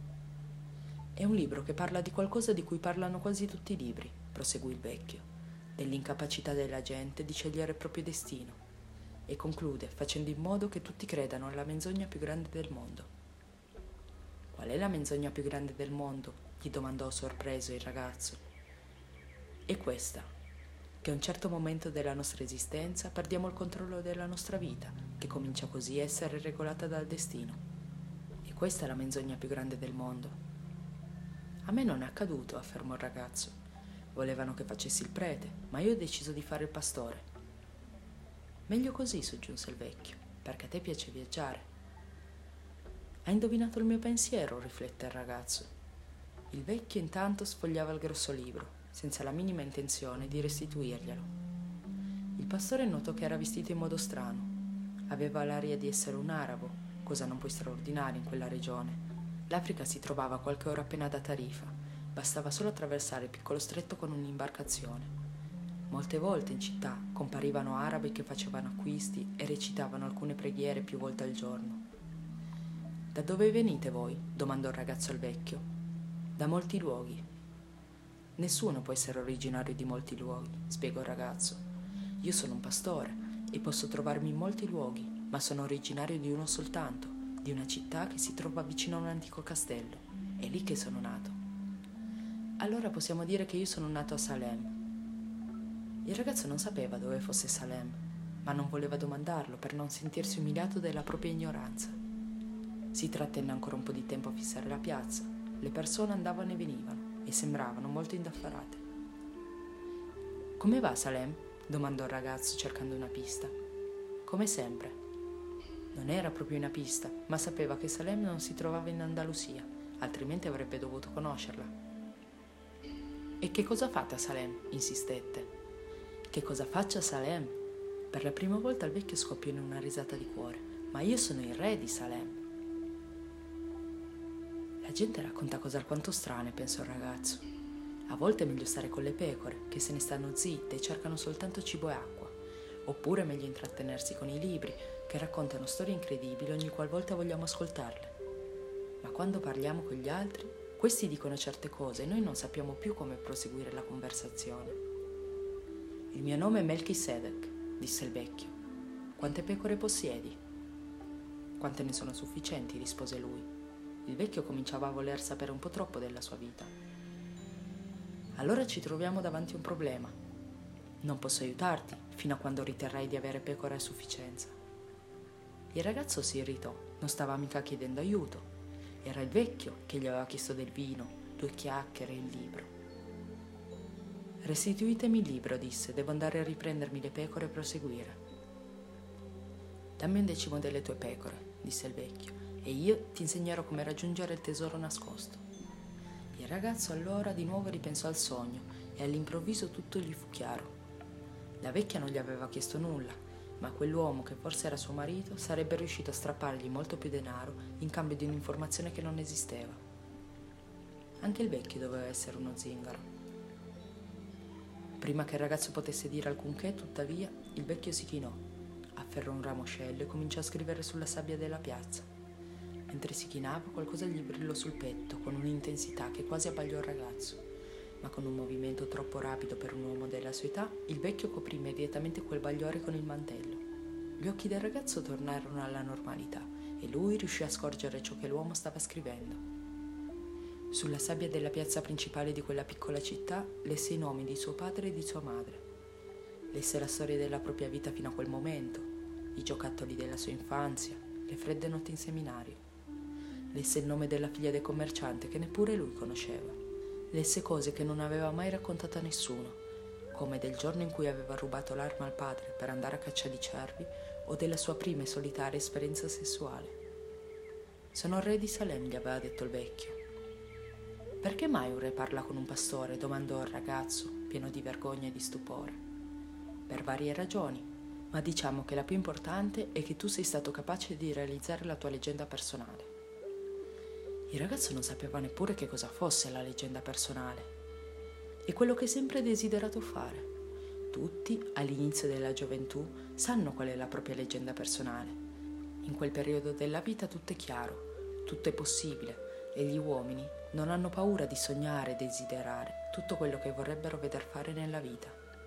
È un libro che parla di qualcosa di cui parlano quasi tutti i libri, proseguì il vecchio. dell'incapacità della gente di scegliere il proprio destino, e conclude facendo in modo che tutti credano alla menzogna più grande del mondo. «Qual è la menzogna più grande del mondo?» gli domandò sorpreso il ragazzo. «È questa, che a un certo momento della nostra esistenza perdiamo il controllo della nostra vita, che comincia così a essere regolata dal destino. E questa è la menzogna più grande del mondo». «A me non è accaduto», affermò il ragazzo. «Volevano che facessi il prete, ma io ho deciso di fare il pastore». «Meglio così», soggiunse il vecchio, «perché a te piace viaggiare». «Hai indovinato il mio pensiero», riflette il ragazzo. Il vecchio intanto sfogliava il grosso libro, senza la minima intenzione di restituirglielo. Il pastore notò che era vestito in modo strano. Aveva l'aria di essere un arabo, cosa non poi straordinaria in quella regione. L'Africa si trovava a qualche ora appena da Tarifa. Bastava solo attraversare il piccolo stretto con un'imbarcazione. Molte volte in città comparivano arabi che facevano acquisti e recitavano alcune preghiere più volte al giorno. «Da dove venite voi?» domandò il ragazzo al vecchio. «Da molti luoghi». «Nessuno può essere originario di molti luoghi», spiegò il ragazzo. «Io sono un pastore e posso trovarmi in molti luoghi, ma sono originario di uno soltanto, di una città che si trova vicino a un antico castello. È lì che sono nato». «Allora possiamo dire che io sono nato a Salem». Il ragazzo non sapeva dove fosse Salem, ma non voleva domandarlo per non sentirsi umiliato della propria ignoranza. Si trattenne ancora un po' di tempo a fissare la piazza. Le persone andavano e venivano e sembravano molto indaffarate. «Come va Salem?» domandò il ragazzo cercando una pista. «Come sempre». Non era proprio una pista, ma sapeva che Salem non si trovava in Andalusia, altrimenti avrebbe dovuto conoscerla. «E che cosa fate a Salem?» insistette. «Che cosa faccio a Salem?» Per la prima volta il vecchio scoppiò in una risata di cuore. «Ma io sono il re di Salem». «La gente racconta cose alquanto strane», pensò il ragazzo. «A volte è meglio stare con le pecore, che se ne stanno zitte e cercano soltanto cibo e acqua. Oppure è meglio intrattenersi con i libri, che raccontano storie incredibili ogni qualvolta vogliamo ascoltarle. Ma quando parliamo con gli altri, questi dicono certe cose e noi non sappiamo più come proseguire la conversazione». «Il mio nome è Melchisedec», disse il vecchio. «Quante pecore possiedi?» «Quante ne sono sufficienti», rispose lui. Il vecchio cominciava a voler sapere un po' troppo della sua vita. «Allora ci troviamo davanti a un problema. Non posso aiutarti fino a quando riterrai di avere pecore a sufficienza». Il ragazzo si irritò, non stava mica chiedendo aiuto. Era il vecchio che gli aveva chiesto del vino, due chiacchiere e il libro. «Restituitemi il libro», disse, «devo andare a riprendermi le pecore e proseguire». «Dammi un decimo delle tue pecore», disse il vecchio, «e io ti insegnerò come raggiungere il tesoro nascosto». Il ragazzo allora di nuovo ripensò al sogno e all'improvviso tutto gli fu chiaro. La vecchia non gli aveva chiesto nulla, ma quell'uomo, che forse era suo marito, sarebbe riuscito a strappargli molto più denaro in cambio di un'informazione che non esisteva. Anche il vecchio doveva essere uno zingaro. Prima che il ragazzo potesse dire alcunché, tuttavia, il vecchio si chinò, afferrò un ramoscello e cominciò a scrivere sulla sabbia della piazza. Mentre si chinava, qualcosa gli brillò sul petto con un'intensità che quasi abbagliò il ragazzo, ma con un movimento troppo rapido per un uomo della sua età, il vecchio coprì immediatamente quel bagliore con il mantello. Gli occhi del ragazzo tornarono alla normalità e lui riuscì a scorgere ciò che l'uomo stava scrivendo. Sulla sabbia della piazza principale di quella piccola città lesse i nomi di suo padre e di sua madre. Lesse la storia della propria vita fino a quel momento, i giocattoli della sua infanzia, le fredde notti in seminario. Lesse il nome della figlia del commerciante che neppure lui conosceva. Lesse cose che non aveva mai raccontato a nessuno, come del giorno in cui aveva rubato l'arma al padre per andare a caccia di cervi o della sua prima e solitaria esperienza sessuale. «Sono il re di Salem», gli aveva detto il vecchio. «Perché mai un re parla con un pastore?» domandò il ragazzo, pieno di vergogna e di stupore. «Per varie ragioni, ma diciamo che la più importante è che tu sei stato capace di realizzare la tua leggenda personale». Il ragazzo non sapeva neppure che cosa fosse la leggenda personale. È quello che sempre desiderato fare. Tutti, all'inizio della gioventù, sanno qual è la propria leggenda personale. In quel periodo della vita tutto è chiaro, tutto è possibile, e gli uomini non hanno paura di sognare e desiderare tutto quello che vorrebbero veder fare nella vita.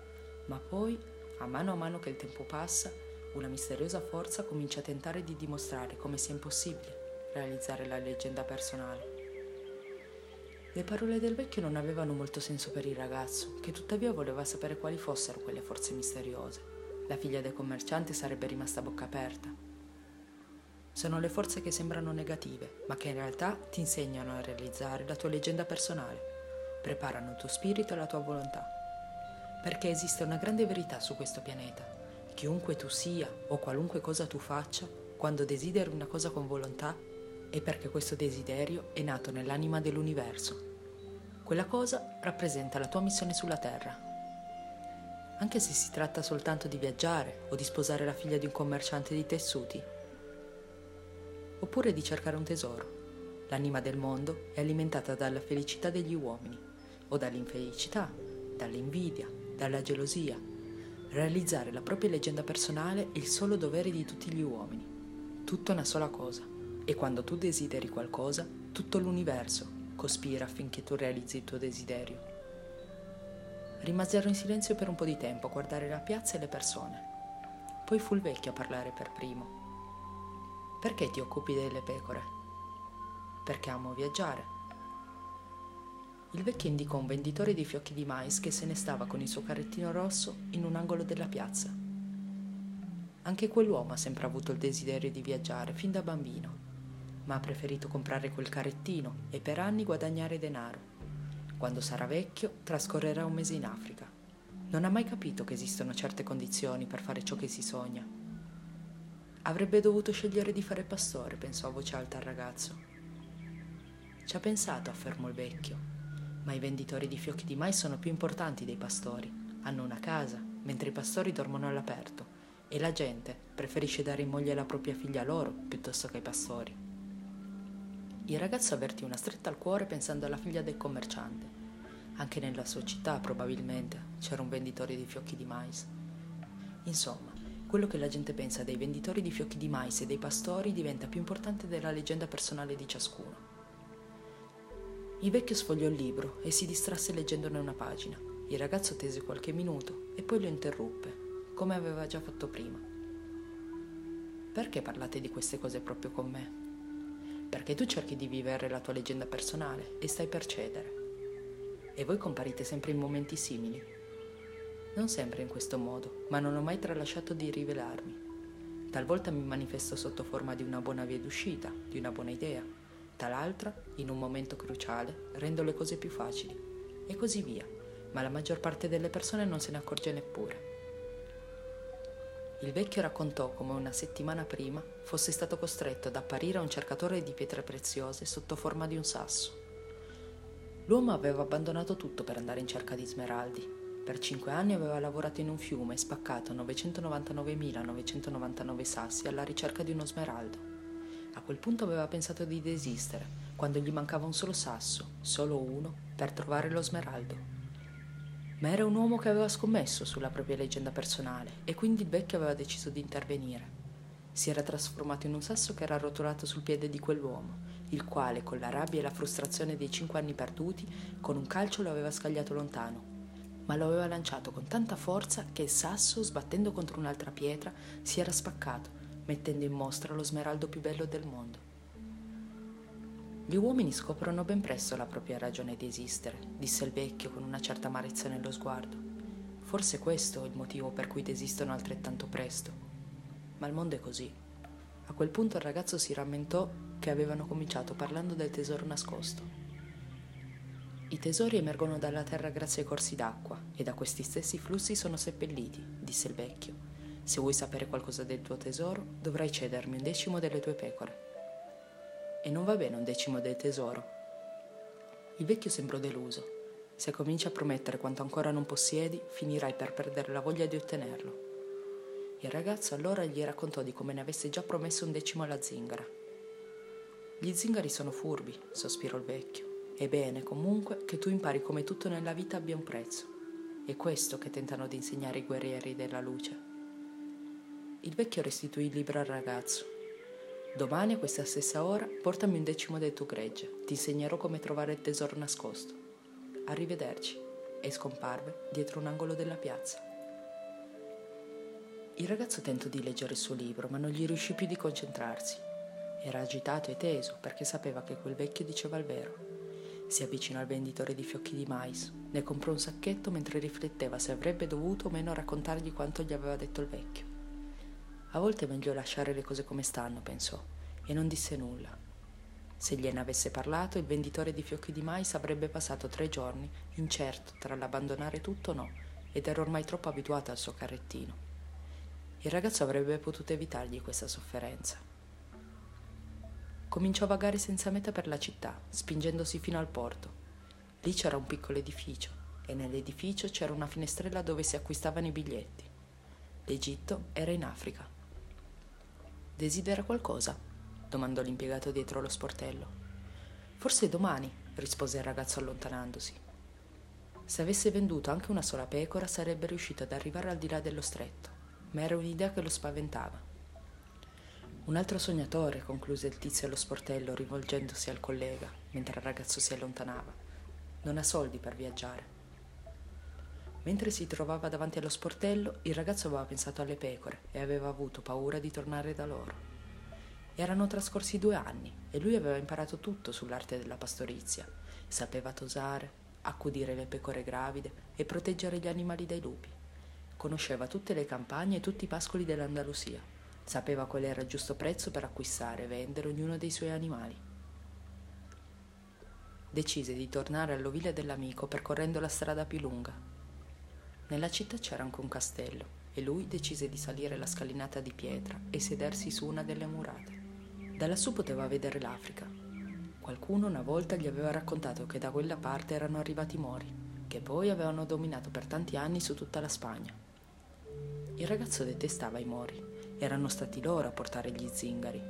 Ma poi, a mano a mano che il tempo passa, una misteriosa forza comincia a tentare di dimostrare come sia impossibile realizzare la leggenda personale. Le parole del vecchio non avevano molto senso per il ragazzo, che tuttavia voleva sapere quali fossero quelle forze misteriose. La figlia del commerciante sarebbe rimasta a bocca aperta. Sono le forze che sembrano negative, ma che in realtà ti insegnano a realizzare la tua leggenda personale, preparano il tuo spirito e la tua volontà. Perché esiste una grande verità su questo pianeta. Chiunque tu sia o qualunque cosa tu faccia, quando desideri una cosa con volontà, è perché questo desiderio è nato nell'anima dell'universo. Quella cosa rappresenta la tua missione sulla Terra. Anche se si tratta soltanto di viaggiare o di sposare la figlia di un commerciante di tessuti, oppure di cercare un tesoro. L'anima del mondo è alimentata dalla felicità degli uomini, o dall'infelicità, dall'invidia, dalla gelosia. Realizzare la propria leggenda personale è il solo dovere di tutti gli uomini. Tutto è una sola cosa, e quando tu desideri qualcosa, tutto l'universo cospira affinché tu realizzi il tuo desiderio. Rimasero in silenzio per un po' di tempo a guardare la piazza e le persone. Poi fu il vecchio a parlare per primo. Perché ti occupi delle pecore? Perché amo viaggiare. Il vecchio indicò un venditore di fiocchi di mais che se ne stava con il suo carrettino rosso in un angolo della piazza. Anche quell'uomo ha sempre avuto il desiderio di viaggiare fin da bambino, ma ha preferito comprare quel carrettino e per anni guadagnare denaro. Quando sarà vecchio, trascorrerà un mese in Africa. Non ha mai capito che esistono certe condizioni per fare ciò che si sogna. Avrebbe dovuto scegliere di fare pastore, pensò a voce alta il ragazzo. Ci ha pensato, affermò il vecchio, ma i venditori di fiocchi di mais sono più importanti dei pastori. Hanno una casa, mentre i pastori dormono all'aperto, e la gente preferisce dare in moglie la propria figlia loro piuttosto che ai pastori. Il ragazzo avvertì una stretta al cuore pensando alla figlia del commerciante. Anche nella sua città, probabilmente, c'era un venditore di fiocchi di mais. Insomma, quello che la gente pensa dei venditori di fiocchi di mais e dei pastori diventa più importante della leggenda personale di ciascuno. Il vecchio sfogliò il libro e si distrasse leggendone una pagina. Il ragazzo attese qualche minuto e poi lo interruppe, come aveva già fatto prima. Perché parlate di queste cose proprio con me? Perché tu cerchi di vivere la tua leggenda personale e stai per cedere. E voi comparite sempre in momenti simili. Non sempre in questo modo, ma non ho mai tralasciato di rivelarmi. Talvolta mi manifesto sotto forma di una buona via d'uscita, di una buona idea. Tal'altra, in un momento cruciale, rendo le cose più facili. E così via, ma la maggior parte delle persone non se ne accorge neppure. Il vecchio raccontò come una settimana prima fosse stato costretto ad apparire a un cercatore di pietre preziose sotto forma di un sasso. L'uomo aveva abbandonato tutto per andare in cerca di smeraldi. Per cinque anni aveva lavorato in un fiume e spaccato novecentonovantanovemilaноvecentonovantanove sassi alla ricerca di uno smeraldo. A quel punto aveva pensato di desistere, quando gli mancava un solo sasso, solo uno, per trovare lo smeraldo. Ma era un uomo che aveva scommesso sulla propria leggenda personale e quindi il vecchio aveva deciso di intervenire. Si era trasformato in un sasso che era arrotolato sul piede di quell'uomo, il quale, con la rabbia e la frustrazione dei cinque anni perduti, con un calcio lo aveva scagliato lontano. Ma lo aveva lanciato con tanta forza che il sasso, sbattendo contro un'altra pietra, si era spaccato, mettendo in mostra lo smeraldo più bello del mondo. Gli uomini scoprono ben presto la propria ragione di esistere, disse il vecchio con una certa amarezza nello sguardo. Forse questo è il motivo per cui desistono altrettanto presto. Ma il mondo è così. A quel punto il ragazzo si rammentò che avevano cominciato parlando del tesoro nascosto. I tesori emergono dalla terra grazie ai corsi d'acqua e da questi stessi flussi sono seppelliti, disse il vecchio. Se vuoi sapere qualcosa del tuo tesoro, dovrai cedermi un decimo delle tue pecore. E non va bene un decimo del tesoro. Il vecchio sembrò deluso. Se cominci a promettere quanto ancora non possiedi, finirai per perdere la voglia di ottenerlo. Il ragazzo allora gli raccontò di come ne avesse già promesso un decimo alla zingara. Gli zingari sono furbi, sospirò il vecchio. È bene, comunque, che tu impari come tutto nella vita abbia un prezzo. È questo che tentano di insegnare i guerrieri della luce. Il vecchio restituì il libro al ragazzo. Domani a questa stessa ora portami un decimo del tuo gregge, ti insegnerò come trovare il tesoro nascosto. Arrivederci, e scomparve dietro un angolo della piazza. Il ragazzo tentò di leggere il suo libro, ma non gli riuscì più di concentrarsi. Era agitato e teso perché sapeva che quel vecchio diceva il vero. Si avvicinò al venditore di fiocchi di mais, ne comprò un sacchetto mentre rifletteva se avrebbe dovuto o meno raccontargli quanto gli aveva detto il vecchio. A volte è meglio lasciare le cose come stanno, pensò, e non disse nulla. Se gliene avesse parlato, il venditore di fiocchi di mais avrebbe passato tre giorni incerto tra l'abbandonare tutto o no, ed era ormai troppo abituato al suo carrettino. Il ragazzo avrebbe potuto evitargli questa sofferenza. Cominciò a vagare senza meta per la città, spingendosi fino al porto. Lì c'era un piccolo edificio e nell'edificio c'era una finestrella dove si acquistavano i biglietti. L'Egitto era in Africa. «Desidera qualcosa?» domandò l'impiegato dietro lo sportello. «Forse domani», rispose il ragazzo allontanandosi. Se avesse venduto anche una sola pecora sarebbe riuscito ad arrivare al di là dello stretto, ma era un'idea che lo spaventava. «Un altro sognatore», concluse il tizio allo sportello rivolgendosi al collega mentre il ragazzo si allontanava. «Non ha soldi per viaggiare». Mentre si trovava davanti allo sportello, il ragazzo aveva pensato alle pecore e aveva avuto paura di tornare da loro. Erano trascorsi due anni e lui aveva imparato tutto sull'arte della pastorizia. Sapeva tosare, accudire le pecore gravide e proteggere gli animali dai lupi. Conosceva tutte le campagne e tutti i pascoli dell'Andalusia. Sapeva qual era il giusto prezzo per acquistare e vendere ognuno dei suoi animali. Decise di tornare all'ovile dell'amico percorrendo la strada più lunga. Nella città c'era anche un castello e lui decise di salire la scalinata di pietra e sedersi su una delle murate. Da lassù poteva vedere l'Africa. Qualcuno una volta gli aveva raccontato che da quella parte erano arrivati i Mori, che poi avevano dominato per tanti anni su tutta la Spagna. Il ragazzo detestava i Mori, erano stati loro a portare gli zingari.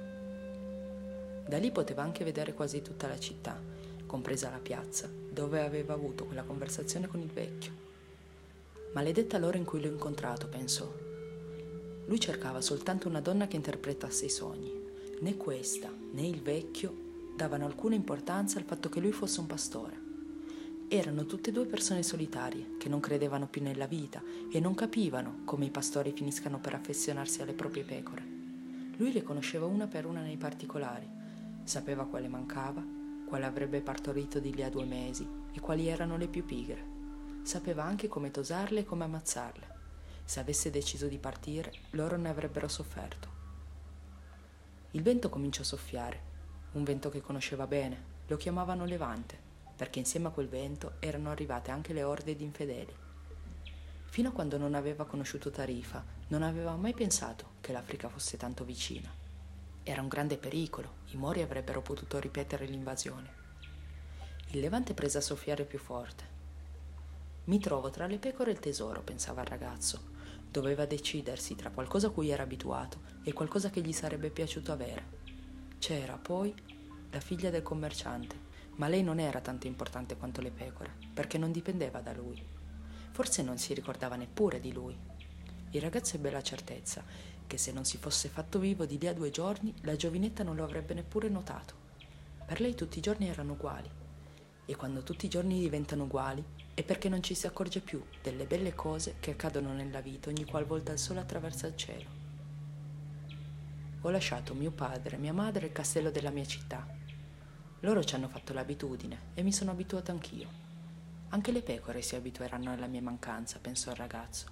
Da lì poteva anche vedere quasi tutta la città, compresa la piazza, dove aveva avuto quella conversazione con il vecchio. Maledetta l'ora in cui l'ho incontrato, pensò. Lui cercava soltanto una donna che interpretasse i sogni. Né questa, né il vecchio davano alcuna importanza al fatto che lui fosse un pastore. Erano tutte e due persone solitarie, che non credevano più nella vita e non capivano come i pastori finiscano per affezionarsi alle proprie pecore. Lui le conosceva una per una nei particolari, sapeva quale mancava, quale avrebbe partorito di lì a due mesi e quali erano le più pigre. Sapeva anche come tosarle e come ammazzarle. Se avesse deciso di partire, loro ne avrebbero sofferto. Il vento cominciò a soffiare, un vento che conosceva bene, lo chiamavano Levante, perché insieme a quel vento erano arrivate anche le orde di infedeli. Fino a quando non aveva conosciuto Tarifa, non aveva mai pensato che l'Africa fosse tanto vicina. Era un grande pericolo, i Mori avrebbero potuto ripetere l'invasione. Il Levante prese a soffiare più forte. Mi trovo tra le pecore e il tesoro, pensava il ragazzo. Doveva decidersi tra qualcosa a cui era abituato e qualcosa che gli sarebbe piaciuto avere. C'era poi la figlia del commerciante, ma lei non era tanto importante quanto le pecore, perché non dipendeva da lui. Forse non si ricordava neppure di lui. Il ragazzo ebbe la certezza che se non si fosse fatto vivo di lì a due giorni, la giovinetta non lo avrebbe neppure notato. Per lei tutti i giorni erano uguali. E quando tutti i giorni diventano uguali, è perché non ci si accorge più delle belle cose che accadono nella vita ogni qualvolta il sole attraversa il cielo. Ho lasciato mio padre, mia madre e il castello della mia città. Loro ci hanno fatto l'abitudine e mi sono abituato anch'io. Anche le pecore si abitueranno alla mia mancanza, pensò il ragazzo.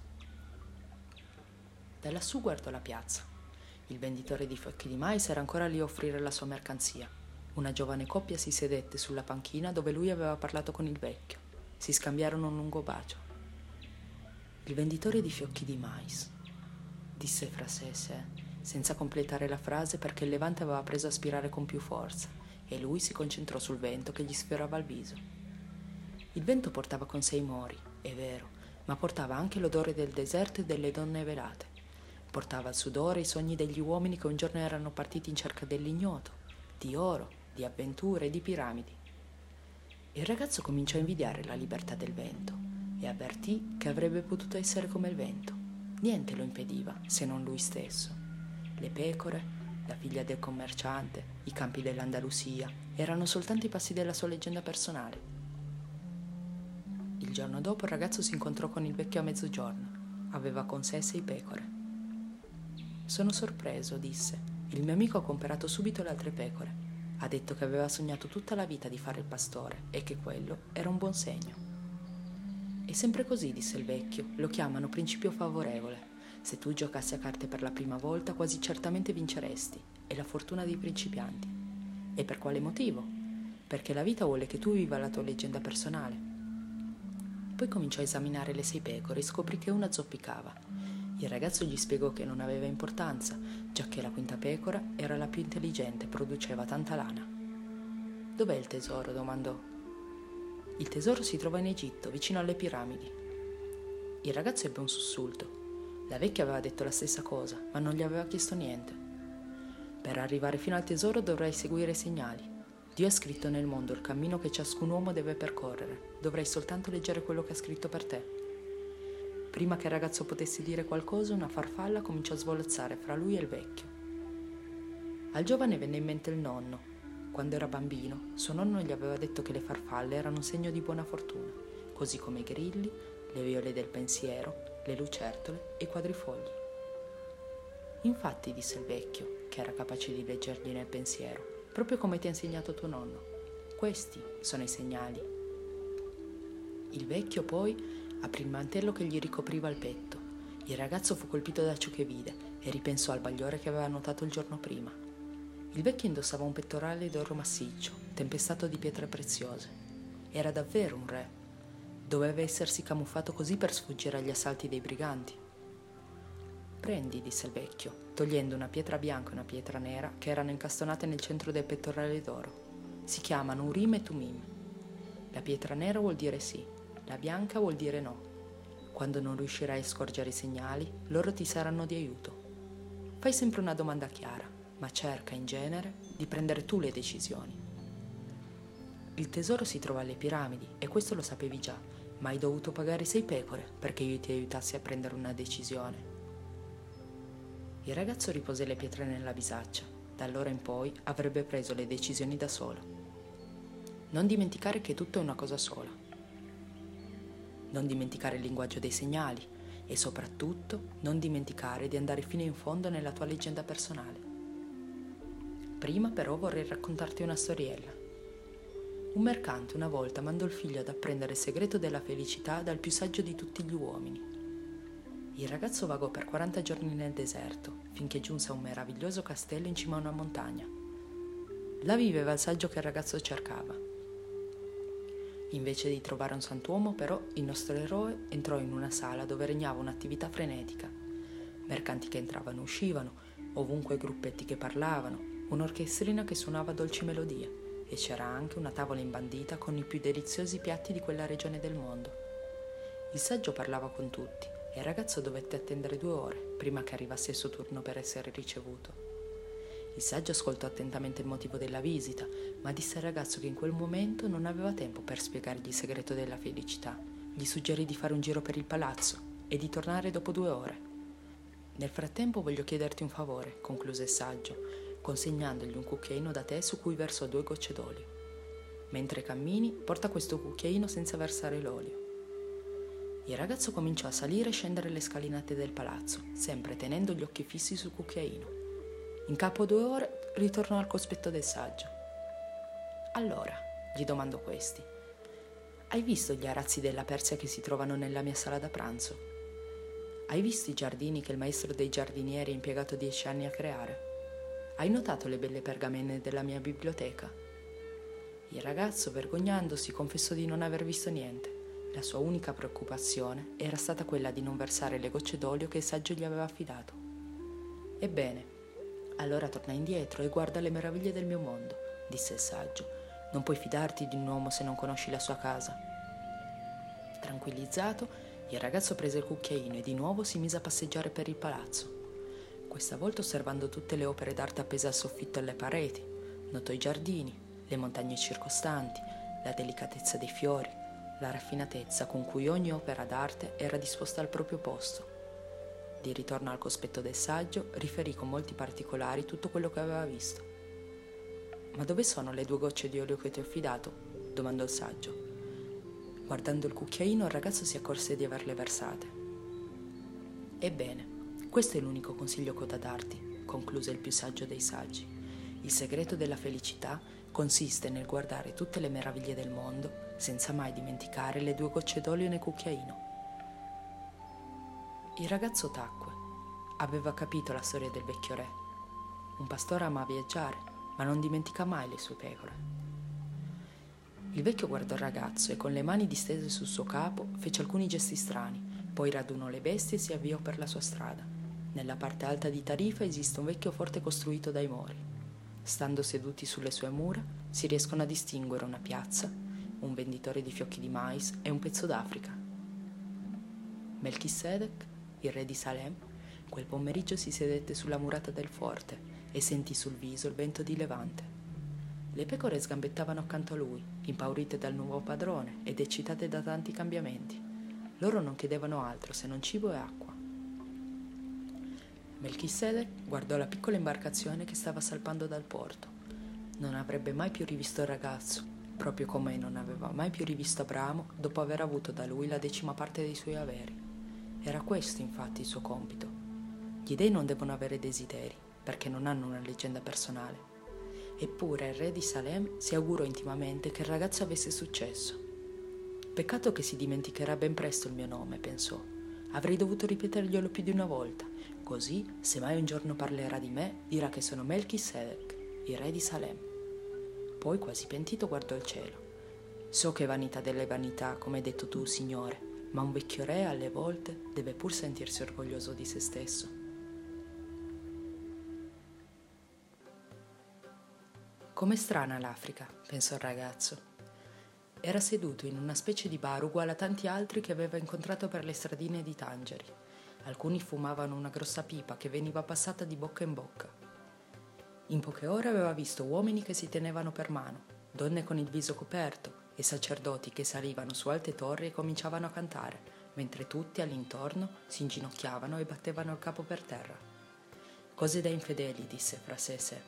Da lassù guardò la piazza. Il venditore di fiocchi di mais era ancora lì a offrire la sua mercanzia. Una giovane coppia si sedette sulla panchina dove lui aveva parlato con il vecchio. Si scambiarono un lungo bacio. Il venditore di fiocchi di mais, disse fra sé e sé, senza completare la frase perché il levante aveva preso a spirare con più forza e lui si concentrò sul vento che gli sfiorava il viso. Il vento portava con sé i Mori, è vero, ma portava anche l'odore del deserto e delle donne velate. Portava il sudore e i sogni degli uomini che un giorno erano partiti in cerca dell'ignoto, di oro, di avventure e di piramidi. Il ragazzo cominciò a invidiare la libertà del vento e avvertì che avrebbe potuto essere come il vento. Niente lo impediva, se non lui stesso. Le pecore, la figlia del commerciante, i campi dell'Andalusia, erano soltanto i passi della sua leggenda personale. Il giorno dopo il ragazzo si incontrò con il vecchio a mezzogiorno. Aveva con sé sei pecore. Sono sorpreso, disse. Il mio amico ha comperato subito le altre pecore. Ha detto che aveva sognato tutta la vita di fare il pastore e che quello era un buon segno. È sempre così, disse il vecchio. Lo chiamano principio favorevole. Se tu giocassi a carte per la prima volta, quasi certamente vinceresti. È la fortuna dei principianti. E per quale motivo? Perché la vita vuole che tu viva la tua leggenda personale. Poi cominciò a esaminare le sei pecore e scoprì che una zoppicava. Il ragazzo gli spiegò che non aveva importanza, giacché la quinta pecora era la più intelligente e produceva tanta lana. Dov'è il tesoro? Domandò. Il tesoro si trova in Egitto, vicino alle piramidi. Il ragazzo ebbe un sussulto. La vecchia aveva detto la stessa cosa, ma non gli aveva chiesto niente. Per arrivare fino al tesoro dovrai seguire i segnali. Dio ha scritto nel mondo il cammino che ciascun uomo deve percorrere. Dovrai soltanto leggere quello che ha scritto per te. Prima che il ragazzo potesse dire qualcosa, una farfalla cominciò a svolazzare fra lui e il vecchio. Al giovane venne in mente il nonno. Quando era bambino, suo nonno gli aveva detto che le farfalle erano un segno di buona fortuna, così come i grilli, le viole del pensiero, le lucertole e i quadrifogli. Infatti, disse il vecchio, che era capace di leggergli nel pensiero, proprio come ti ha insegnato tuo nonno. Questi sono i segnali. Il vecchio poi aprì il mantello che gli ricopriva il petto. Il ragazzo fu colpito da ciò che vide e ripensò al bagliore che aveva notato il giorno prima. Il vecchio indossava un pettorale d'oro massiccio, tempestato di pietre preziose. Era davvero un re. Doveva essersi camuffato così per sfuggire agli assalti dei briganti. Prendi, disse il vecchio, togliendo una pietra bianca e una pietra nera che erano incastonate nel centro del pettorale d'oro. Si chiamano Urim e Tumim. La pietra nera vuol dire sì, la bianca vuol dire no. Quando non riuscirai a scorgere i segnali, loro ti saranno di aiuto. Fai sempre una domanda chiara, ma cerca, in genere, di prendere tu le decisioni. Il tesoro si trova alle piramidi, e questo lo sapevi già, ma hai dovuto pagare sei pecore perché io ti aiutassi a prendere una decisione. Il ragazzo ripose le pietre nella bisaccia. Da allora in poi avrebbe preso le decisioni da solo. Non dimenticare che tutto è una cosa sola. Non dimenticare il linguaggio dei segnali e soprattutto non dimenticare di andare fino in fondo nella tua leggenda personale. Prima però vorrei raccontarti una storiella. Un mercante una volta mandò il figlio ad apprendere il segreto della felicità dal più saggio di tutti gli uomini. Il ragazzo vagò per quaranta giorni nel deserto, finché giunse a un meraviglioso castello in cima a una montagna. Là viveva il saggio che il ragazzo cercava. Invece di trovare un santuomo, però, il nostro eroe entrò in una sala dove regnava un'attività frenetica. Mercanti che entravano e uscivano, ovunque gruppetti che parlavano, un'orchestrina che suonava dolci melodie, e c'era anche una tavola imbandita con i più deliziosi piatti di quella regione del mondo. Il saggio parlava con tutti, e il ragazzo dovette attendere due ore prima che arrivasse il suo turno per essere ricevuto. Il saggio ascoltò attentamente il motivo della visita, ma disse al ragazzo che in quel momento non aveva tempo per spiegargli il segreto della felicità. Gli suggerì di fare un giro per il palazzo e di tornare dopo due ore. Nel frattempo voglio chiederti un favore, concluse il saggio, consegnandogli un cucchiaino da tè su cui versò due gocce d'olio. Mentre cammini, porta questo cucchiaino senza versare l'olio. Il ragazzo cominciò a salire e scendere le scalinate del palazzo, sempre tenendo gli occhi fissi sul cucchiaino. In capo a due ore ritornò al cospetto del saggio. Allora, gli domandò questi, hai visto gli arazzi della Persia che si trovano nella mia sala da pranzo? Hai visto i giardini che il maestro dei giardinieri ha impiegato dieci anni a creare? Hai notato le belle pergamene della mia biblioteca? Il ragazzo, vergognandosi, confessò di non aver visto niente. La sua unica preoccupazione era stata quella di non versare le gocce d'olio che il saggio gli aveva affidato. Ebbene, allora torna indietro e guarda le meraviglie del mio mondo, disse il saggio. Non puoi fidarti di un uomo se non conosci la sua casa. Tranquillizzato, il ragazzo prese il cucchiaino e di nuovo si mise a passeggiare per il palazzo. Questa volta osservando tutte le opere d'arte appese al soffitto e alle pareti, notò i giardini, le montagne circostanti, la delicatezza dei fiori, la raffinatezza con cui ogni opera d'arte era disposta al proprio posto. Di ritorno al cospetto del saggio, riferì con molti particolari tutto quello che aveva visto. «Ma dove sono le due gocce di olio che ti ho affidato?» domandò il saggio. Guardando il cucchiaino, il ragazzo si accorse di averle versate. «Ebbene, Questo è l'unico consiglio che ho da darti, concluse il più saggio dei saggi. Il segreto della felicità consiste nel guardare tutte le meraviglie del mondo senza mai dimenticare le due gocce d'olio nel cucchiaino. Il ragazzo tacque. Aveva capito la storia del vecchio re. Un pastore ama viaggiare, ma non dimentica mai le sue pecore. Il vecchio guardò il ragazzo e con le mani distese sul suo capo fece alcuni gesti strani, poi radunò le bestie e si avviò per la sua strada. Nella parte alta di Tarifa esiste un vecchio forte costruito dai Mori. Stando seduti sulle sue mura si riescono a distinguere una piazza, un venditore di fiocchi di mais e un pezzo d'Africa. Melchisedec, il re di Salem, quel pomeriggio si sedette sulla murata del forte e sentì sul viso il vento di levante. Le pecore sgambettavano accanto a lui, impaurite dal nuovo padrone ed eccitate da tanti cambiamenti. Loro non chiedevano altro se non cibo e acqua. Melchisedec guardò la piccola imbarcazione che stava salpando dal porto. Non avrebbe mai più rivisto il ragazzo, proprio come non aveva mai più rivisto Abramo dopo aver avuto da lui la decima parte dei suoi averi. Era questo, infatti, il suo compito. Gli dei non devono avere desideri, perché non hanno una leggenda personale. Eppure il re di Salem si augurò intimamente che il ragazzo avesse successo. Peccato che si dimenticherà ben presto il mio nome, pensò. Avrei dovuto ripeterglielo più di una volta, così, se mai un giorno parlerà di me, dirà che sono Melchisedec, il re di Salem. Poi, quasi pentito, guardò il cielo. So che è vanità delle vanità, come hai detto tu, signore, ma un vecchio re, alle volte, deve pur sentirsi orgoglioso di se stesso. Com'è strana l'Africa, pensò il ragazzo. Era seduto in una specie di bar uguale a tanti altri che aveva incontrato per le stradine di Tangeri. Alcuni fumavano una grossa pipa che veniva passata di bocca in bocca. In poche ore aveva visto uomini che si tenevano per mano, donne con il viso coperto e sacerdoti che salivano su alte torri e cominciavano a cantare, mentre tutti all'intorno si inginocchiavano e battevano il capo per terra. Cose da infedeli, disse fra sé e sé.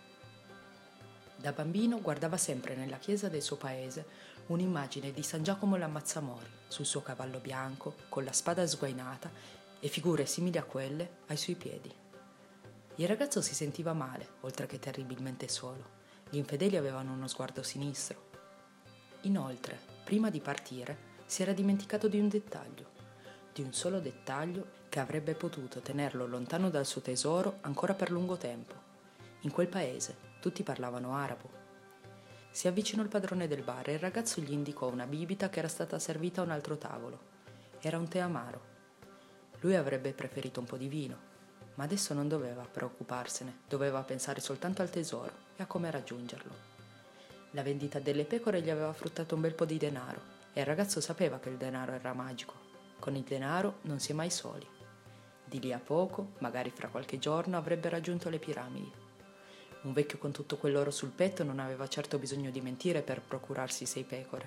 Da bambino guardava sempre nella chiesa del suo paese un'immagine di San Giacomo l'Ammazzamori sul suo cavallo bianco, con la spada sguainata e figure simili a quelle ai suoi piedi. Il ragazzo si sentiva male, oltre che terribilmente solo. Gli infedeli avevano uno sguardo sinistro. Inoltre, prima di partire, si era dimenticato di un dettaglio, di un solo dettaglio che avrebbe potuto tenerlo lontano dal suo tesoro ancora per lungo tempo. In quel paese tutti parlavano arabo. Si avvicinò il padrone del bar e il ragazzo gli indicò una bibita che era stata servita a un altro tavolo. Era un tè amaro. Lui avrebbe preferito un po' di vino, ma adesso non doveva preoccuparsene, doveva pensare soltanto al tesoro e a come raggiungerlo. La vendita delle pecore gli aveva fruttato un bel po' di denaro e il ragazzo sapeva che il denaro era magico. Con il denaro non si è mai soli. Di lì a poco, magari fra qualche giorno, avrebbe raggiunto le piramidi. Un vecchio con tutto quell'oro sul petto non aveva certo bisogno di mentire per procurarsi sei pecore.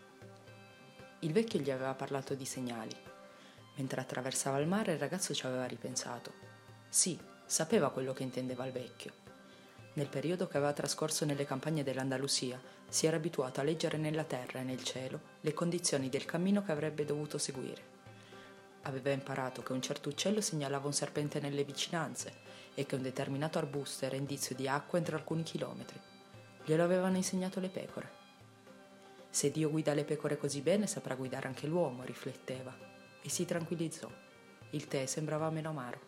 Il vecchio gli aveva parlato di segnali. Mentre attraversava il mare il ragazzo ci aveva ripensato. Sì, sapeva quello che intendeva il vecchio. Nel periodo che aveva trascorso nelle campagne dell'Andalusia si era abituato a leggere nella terra e nel cielo le condizioni del cammino che avrebbe dovuto seguire. Aveva imparato che un certo uccello segnalava un serpente nelle vicinanze e che un determinato arbusto era indizio di acqua entro alcuni chilometri. Glielo avevano insegnato le pecore. Se Dio guida le pecore così bene, saprà guidare anche l'uomo, rifletteva, e si tranquillizzò. Il tè sembrava meno amaro.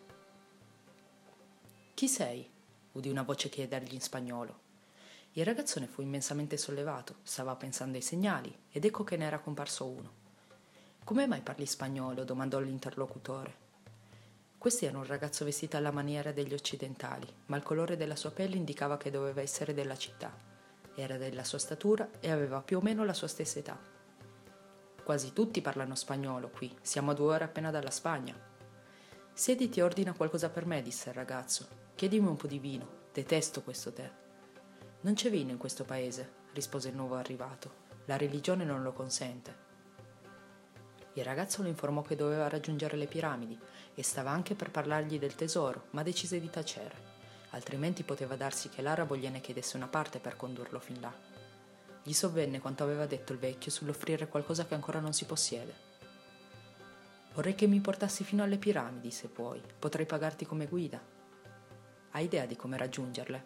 Chi sei? Udì una voce chiedergli in spagnolo. Il ragazzo ne fu immensamente sollevato, stava pensando ai segnali, ed ecco che ne era comparso uno. Come mai parli spagnolo? Domandò l'interlocutore. Questi era un ragazzo vestito alla maniera degli occidentali, ma il colore della sua pelle indicava che doveva essere della città. Era della sua statura e aveva più o meno la sua stessa età. Quasi tutti parlano spagnolo qui, siamo a due ore appena dalla Spagna. Siediti e ordina qualcosa per me, disse il ragazzo. Chiedimi un po' di vino, detesto questo tè. Non c'è vino in questo paese, rispose il nuovo arrivato. La religione non lo consente. Il ragazzo lo informò che doveva raggiungere le piramidi e stava anche per parlargli del tesoro, ma decise di tacere, altrimenti poteva darsi che l'arabo gliene chiedesse una parte per condurlo fin là. Gli sovvenne quanto aveva detto il vecchio sull'offrire qualcosa che ancora non si possiede. Vorrei che mi portassi fino alle piramidi, se puoi. Potrei pagarti come guida. Hai idea di come raggiungerle?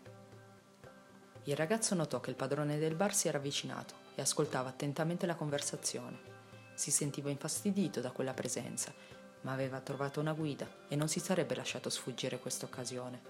Il ragazzo notò che il padrone del bar si era avvicinato e ascoltava attentamente la conversazione. Si sentiva infastidito da quella presenza, ma aveva trovato una guida e non si sarebbe lasciato sfuggire questa occasione.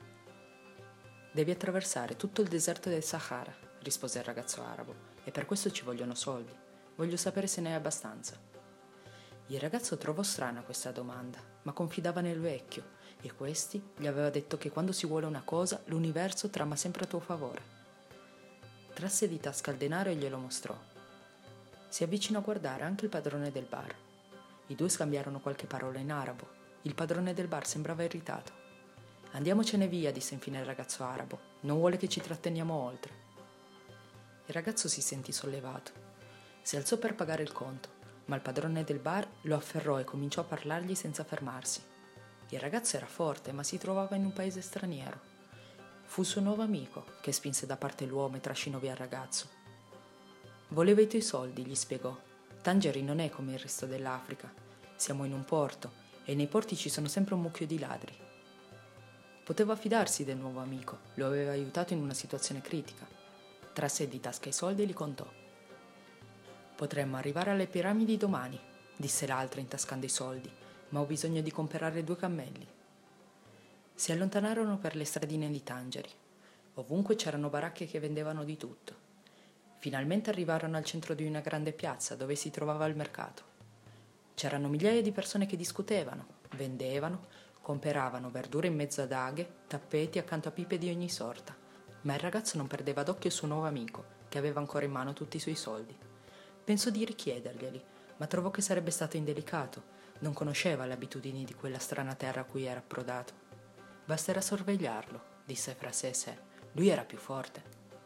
Devi attraversare tutto il deserto del Sahara, rispose il ragazzo arabo, e per questo ci vogliono soldi. Voglio sapere se ne hai abbastanza. Il ragazzo trovò strana questa domanda, ma confidava nel vecchio, e questi gli aveva detto che quando si vuole una cosa, l'universo trama sempre a tuo favore. Trasse di tasca il denaro e glielo mostrò. Si avvicinò a guardare anche il padrone del bar. I due scambiarono qualche parola in arabo. Il padrone del bar sembrava irritato. Andiamocene via, disse infine il ragazzo arabo. Non vuole che ci tratteniamo oltre. Il ragazzo si sentì sollevato. Si alzò per pagare il conto, ma il padrone del bar lo afferrò e cominciò a parlargli senza fermarsi. Il ragazzo era forte, ma si trovava in un paese straniero. Fu il suo nuovo amico che spinse da parte l'uomo e trascinò via il ragazzo. Voleva i tuoi soldi, gli spiegò. Tangeri non è come il resto dell'Africa. Siamo in un porto e nei porti ci sono sempre un mucchio di ladri. Poteva fidarsi del nuovo amico, lo aveva aiutato in una situazione critica. Trasse di tasca i soldi e li contò. Potremmo arrivare alle piramidi domani, disse l'altro intascando i soldi, ma ho bisogno di comprare due cammelli. Si allontanarono per le stradine di Tangeri. Ovunque c'erano baracche che vendevano di tutto. Finalmente arrivarono al centro di una grande piazza dove si trovava il mercato. C'erano migliaia di persone che discutevano, vendevano, comperavano verdure in mezzo ad aghe, tappeti accanto a pipe di ogni sorta. Ma il ragazzo non perdeva d'occhio il suo nuovo amico, che aveva ancora in mano tutti i suoi soldi. Pensò di richiederglieli, ma trovò che sarebbe stato indelicato. Non conosceva le abitudini di quella strana terra a cui era approdato. Basterà sorvegliarlo, disse fra sé e sé. Lui era più forte.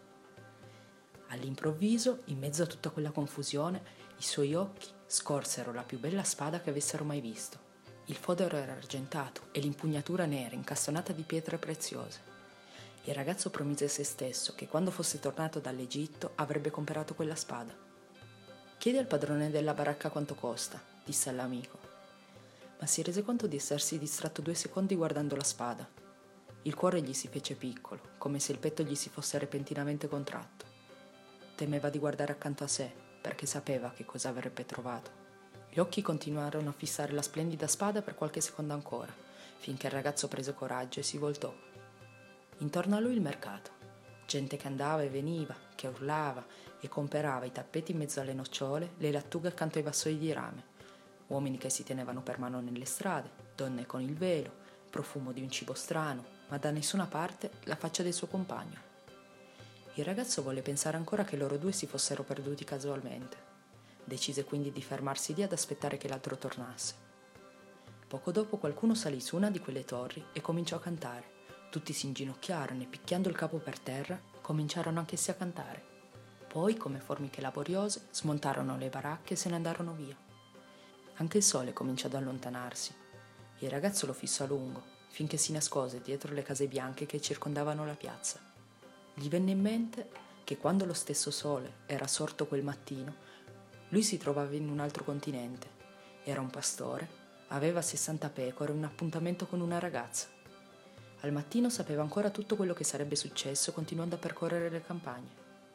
All'improvviso, in mezzo a tutta quella confusione, i suoi occhi scorsero la più bella spada che avessero mai visto. Il fodero era argentato e l'impugnatura nera incastonata di pietre preziose. Il ragazzo promise a se stesso che quando fosse tornato dall'Egitto avrebbe comprato quella spada. Chiedi al padrone della baracca quanto costa, disse all'amico. Ma si rese conto di essersi distratto due secondi guardando la spada. Il cuore gli si fece piccolo, come se il petto gli si fosse repentinamente contratto. Temeva di guardare accanto a sé, perché sapeva che cosa avrebbe trovato. Gli occhi continuarono a fissare la splendida spada per qualche secondo ancora, finché il ragazzo prese coraggio e si voltò. Intorno a lui il mercato. Gente che andava e veniva, che urlava e comperava i tappeti in mezzo alle nocciole, le lattughe accanto ai vassoi di rame. Uomini che si tenevano per mano nelle strade, donne con il velo, profumo di un cibo strano, ma da nessuna parte la faccia del suo compagno. Il ragazzo volle pensare ancora che loro due si fossero perduti casualmente. Decise quindi di fermarsi lì ad aspettare che l'altro tornasse. Poco dopo qualcuno salì su una di quelle torri e cominciò a cantare. Tutti si inginocchiarono e picchiando il capo per terra cominciarono anch'essi a cantare. Poi, come formiche laboriose, smontarono le baracche e se ne andarono via. Anche il sole cominciò ad allontanarsi. Il ragazzo lo fissò a lungo, finché si nascose dietro le case bianche che circondavano la piazza. Gli venne in mente che quando lo stesso sole era sorto quel mattino, lui si trovava in un altro continente. Era un pastore, aveva sessanta pecore e un appuntamento con una ragazza. Al mattino sapeva ancora tutto quello che sarebbe successo continuando a percorrere le campagne.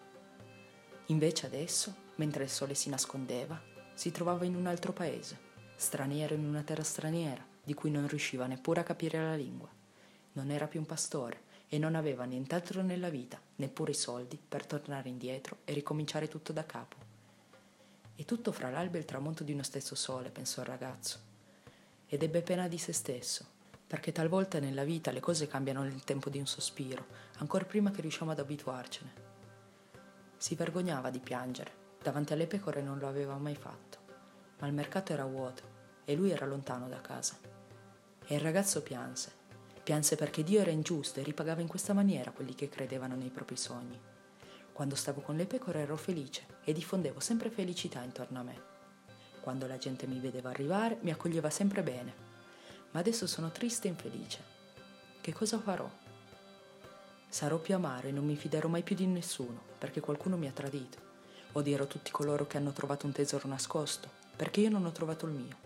Invece adesso, mentre il sole si nascondeva, si trovava in un altro paese, straniero in una terra straniera, di cui non riusciva neppure a capire la lingua. Non era più un pastore e non aveva nient'altro nella vita, neppure i soldi, per tornare indietro e ricominciare tutto da capo. E tutto fra l'alba e il tramonto di uno stesso sole, pensò il ragazzo. Ed ebbe pena di se stesso, perché talvolta nella vita le cose cambiano nel tempo di un sospiro, ancora prima che riusciamo ad abituarcene. Si vergognava di piangere, davanti alle pecore non lo aveva mai fatto, ma il mercato era vuoto e lui era lontano da casa. E il ragazzo pianse, pianse perché Dio era ingiusto e ripagava in questa maniera quelli che credevano nei propri sogni. Quando stavo con le pecore ero felice e diffondevo sempre felicità intorno a me. Quando la gente mi vedeva arrivare mi accoglieva sempre bene, ma adesso sono triste e infelice. Che cosa farò? Sarò più amaro e non mi fiderò mai più di nessuno, perché qualcuno mi ha tradito. Odierò tutti coloro che hanno trovato un tesoro nascosto, perché io non ho trovato il mio.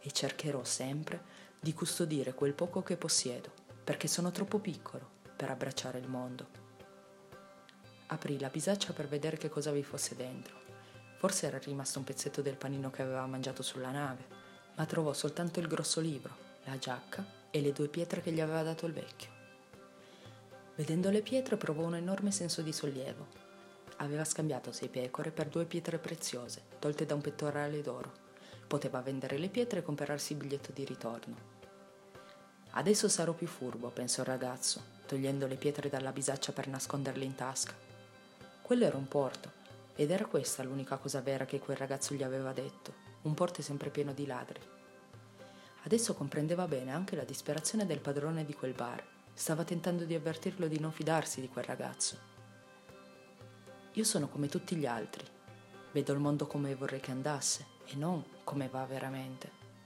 e cercherò sempre di custodire quel poco che possiedo, perché sono troppo piccolo per abbracciare il mondo. Aprì la bisaccia per vedere che cosa vi fosse dentro. Forse era rimasto un pezzetto del panino che aveva mangiato sulla nave, ma trovò soltanto il grosso libro, la giacca e le due pietre che gli aveva dato il vecchio. Vedendo le pietre provò un enorme senso di sollievo. Aveva scambiato sei pecore per due pietre preziose, tolte da un pettorale d'oro. Poteva vendere le pietre e comprarsi il biglietto di ritorno. Adesso sarò più furbo, pensò il ragazzo, togliendo le pietre dalla bisaccia per nasconderle in tasca. Quello era un porto, ed era questa l'unica cosa vera che quel ragazzo gli aveva detto, un porto sempre pieno di ladri. Adesso comprendeva bene anche la disperazione del padrone di quel bar. Stava tentando di avvertirlo di non fidarsi di quel ragazzo. Io sono come tutti gli altri. Vedo il mondo come vorrei che andasse e non come va veramente.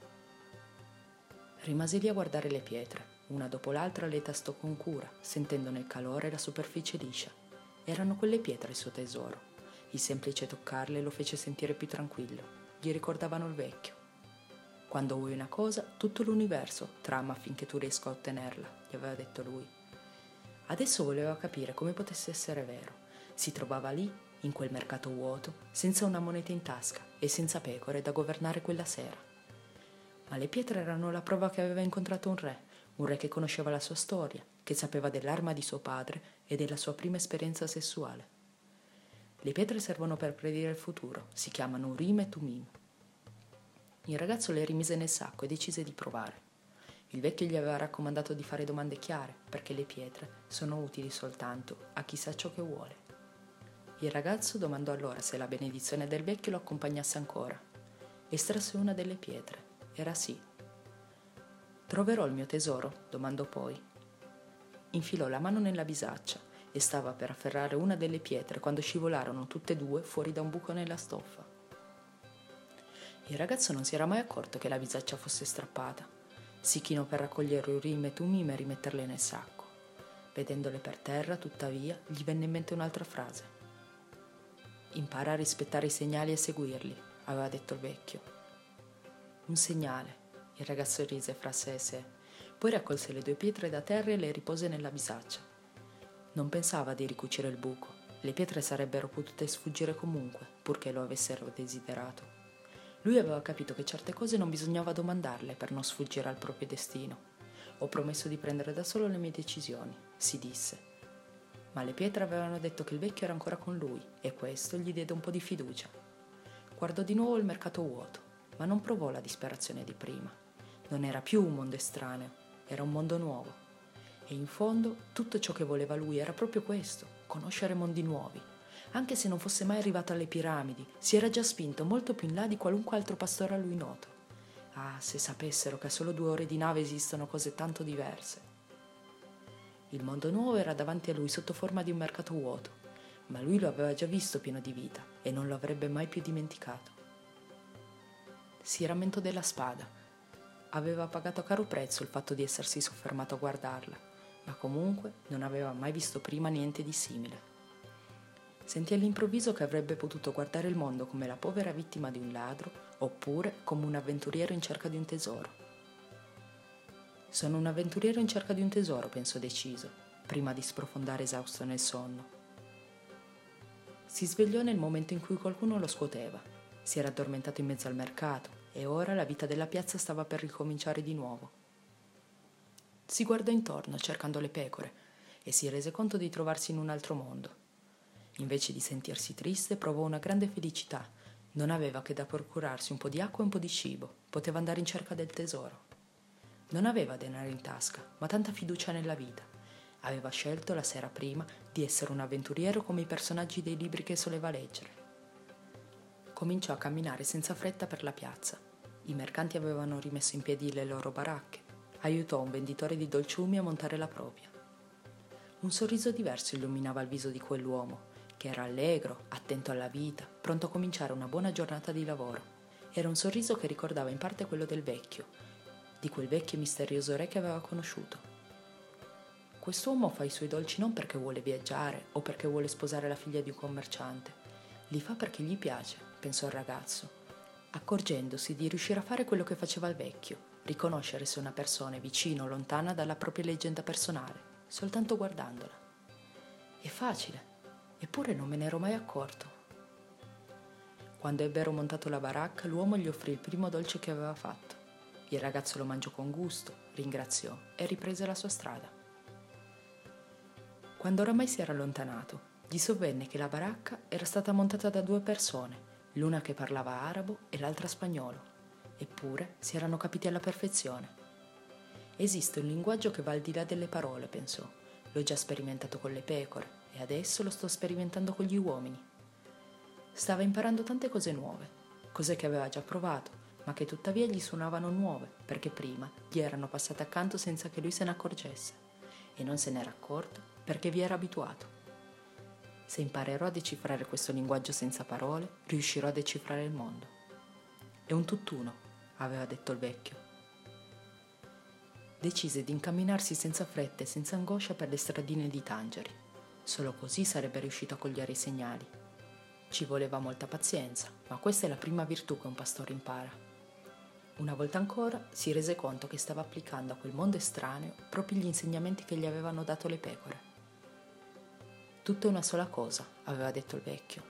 Rimasi lì a guardare le pietre. Una dopo l'altra le tastò con cura, sentendone il calore e la superficie liscia. Erano quelle pietre il suo tesoro. Il semplice toccarle lo fece sentire più tranquillo. Gli ricordavano il vecchio. Quando vuoi una cosa, tutto l'universo trama affinché tu riesca a ottenerla, gli aveva detto lui. Adesso voleva capire come potesse essere vero. Si trovava lì, in quel mercato vuoto, senza una moneta in tasca e senza pecore da governare quella sera. Ma le pietre erano la prova che aveva incontrato un re, un re che conosceva la sua storia, che sapeva dell'arma di suo padre e della sua prima esperienza sessuale. Le pietre servono per predire il futuro, si chiamano Urim e Tumim. Il ragazzo le rimise nel sacco e decise di provare. Il vecchio gli aveva raccomandato di fare domande chiare, perché le pietre sono utili soltanto a chi sa ciò che vuole. Il ragazzo domandò allora se la benedizione del vecchio lo accompagnasse ancora. Estrasse una delle pietre. Era sì. «Troverò il mio tesoro?» domandò poi. Infilò la mano nella bisaccia e stava per afferrare una delle pietre quando scivolarono tutte e due fuori da un buco nella stoffa. Il ragazzo non si era mai accorto che la bisaccia fosse strappata. Si chinò per raccogliere Urim e Tumim e rimetterle nel sacco. Vedendole per terra, tuttavia, gli venne in mente un'altra frase. «Impara a rispettare i segnali e seguirli», aveva detto il vecchio. «Un segnale», il ragazzo rise fra sé e sé. Poi raccolse le due pietre da terra e le ripose nella bisaccia. Non pensava di ricucire il buco. Le pietre sarebbero potute sfuggire comunque, purché lo avessero desiderato. Lui aveva capito che certe cose non bisognava domandarle per non sfuggire al proprio destino. «Ho promesso di prendere da solo le mie decisioni», si disse. Ma le pietre avevano detto che il vecchio era ancora con lui e questo gli diede un po' di fiducia. Guardò di nuovo il mercato vuoto, ma non provò la disperazione di prima. Non era più un mondo estraneo, era un mondo nuovo. E in fondo tutto ciò che voleva lui era proprio questo, conoscere mondi nuovi. Anche se non fosse mai arrivato alle piramidi, si era già spinto molto più in là di qualunque altro pastore a lui noto. Ah, se sapessero che a solo due ore di nave esistono cose tanto diverse. Il mondo nuovo era davanti a lui sotto forma di un mercato vuoto, ma lui lo aveva già visto pieno di vita e non lo avrebbe mai più dimenticato. Si rammentò della spada. Aveva pagato a caro prezzo il fatto di essersi soffermato a guardarla, ma comunque non aveva mai visto prima niente di simile. Sentì all'improvviso che avrebbe potuto guardare il mondo come la povera vittima di un ladro, oppure come un avventuriero in cerca di un tesoro. «Sono un avventuriero in cerca di un tesoro», pensò deciso, prima di sprofondare esausto nel sonno. Si svegliò nel momento in cui qualcuno lo scuoteva. Si era addormentato in mezzo al mercato e ora la vita della piazza stava per ricominciare di nuovo. Si guardò intorno cercando le pecore e si rese conto di trovarsi in un altro mondo. Invece di sentirsi triste, provò una grande felicità. Non aveva che da procurarsi un po' di acqua e un po' di cibo. Poteva andare in cerca del tesoro. Non aveva denaro in tasca, ma tanta fiducia nella vita. Aveva scelto la sera prima di essere un avventuriero come i personaggi dei libri che soleva leggere. Cominciò a camminare senza fretta per la piazza. I mercanti avevano rimesso in piedi le loro baracche. Aiutò un venditore di dolciumi a montare la propria. Un sorriso diverso illuminava il viso di quell'uomo, che era allegro, attento alla vita, pronto a cominciare una buona giornata di lavoro. Era un sorriso che ricordava in parte quello del vecchio, di quel vecchio misterioso re che aveva conosciuto. Quest'uomo fa i suoi dolci non perché vuole viaggiare o perché vuole sposare la figlia di un commerciante. Li fa perché gli piace, pensò il ragazzo. accorgendosi di riuscire a fare quello che faceva il vecchio, riconoscere se una persona è vicina o lontana dalla propria leggenda personale, soltanto guardandola. È facile, eppure non me ne ero mai accorto. Quando ebbero montato la baracca, l'uomo gli offrì il primo dolce che aveva fatto. Il ragazzo lo mangiò con gusto, ringraziò e riprese la sua strada. Quando oramai si era allontanato, gli sovvenne che la baracca era stata montata da due persone, l'una che parlava arabo e l'altra spagnolo. Eppure si erano capiti alla perfezione. Esiste un linguaggio che va al di là delle parole, pensò. L'ho già sperimentato con le pecore e adesso lo sto sperimentando con gli uomini. Stava imparando tante cose nuove, cose che aveva già provato, ma che tuttavia gli suonavano nuove, perché prima gli erano passate accanto senza che lui se ne accorgesse. E non se n'era accorto perché vi era abituato. Se imparerò a decifrare questo linguaggio senza parole, riuscirò a decifrare il mondo. È un tutt'uno, aveva detto il vecchio. Decise di incamminarsi senza fretta e senza angoscia per le stradine di Tangeri. Solo così sarebbe riuscito a cogliere i segnali. Ci voleva molta pazienza, ma questa è la prima virtù che un pastore impara. Una volta ancora si rese conto che stava applicando a quel mondo estraneo proprio gli insegnamenti che gli avevano dato le pecore. Tutto è una sola cosa, aveva detto il vecchio.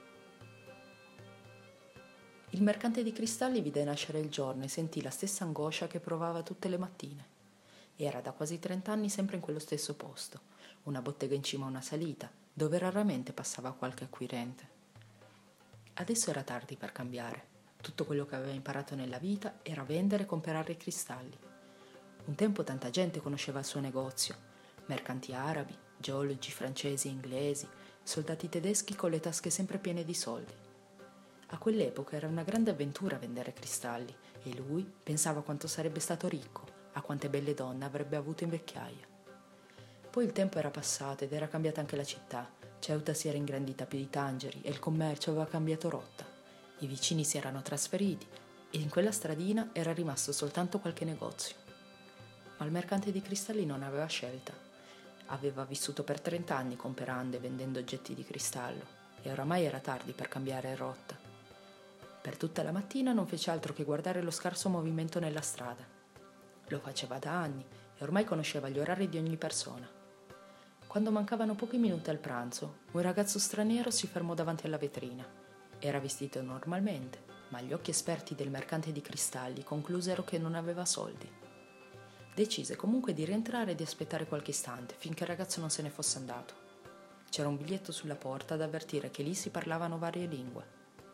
Il mercante di cristalli vide nascere il giorno e sentì la stessa angoscia che provava tutte le mattine. Era da quasi trent'anni sempre in quello stesso posto, una bottega in cima a una salita, dove raramente passava qualche acquirente. Adesso era tardi per cambiare. Tutto quello che aveva imparato nella vita era vendere e comprare i cristalli. Un tempo tanta gente conosceva il suo negozio, mercanti arabi, geologi francesi e inglesi, soldati tedeschi con le tasche sempre piene di soldi. A quell'epoca era una grande avventura vendere cristalli e lui pensava quanto sarebbe stato ricco, a quante belle donne avrebbe avuto in vecchiaia. Poi il tempo era passato ed era cambiata anche la città. Ceuta si era ingrandita più di Tangeri e il commercio aveva cambiato rotta. I vicini si erano trasferiti e in quella stradina era rimasto soltanto qualche negozio. Ma il mercante di cristalli non aveva scelta. Aveva vissuto per trent'anni comprando e vendendo oggetti di cristallo e oramai era tardi per cambiare rotta. Per tutta la mattina non fece altro che guardare lo scarso movimento nella strada. Lo faceva da anni e ormai conosceva gli orari di ogni persona. Quando mancavano pochi minuti al pranzo, un ragazzo straniero si fermò davanti alla vetrina. Era vestito normalmente, ma gli occhi esperti del mercante di cristalli conclusero che non aveva soldi. Decise comunque di rientrare e di aspettare qualche istante finché il ragazzo non se ne fosse andato. C'era un biglietto sulla porta ad avvertire che lì si parlavano varie lingue.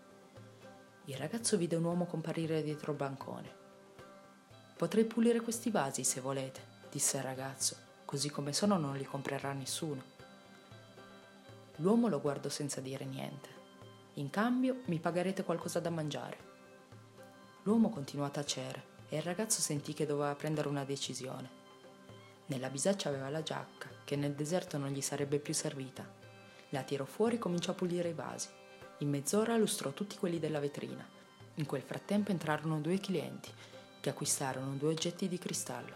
Il ragazzo vide un uomo comparire dietro il bancone. «Potrei pulire questi vasi se volete», disse il ragazzo. «Così come sono non li comprerà nessuno». L'uomo lo guardò senza dire niente. «In cambio mi pagherete qualcosa da mangiare». L'uomo continuò a tacere e il ragazzo sentì che doveva prendere una decisione. Nella bisaccia aveva la giacca, che nel deserto non gli sarebbe più servita. La tirò fuori e cominciò a pulire i vasi. In mezz'ora lustrò tutti quelli della vetrina. In quel frattempo entrarono due clienti, che acquistarono due oggetti di cristallo.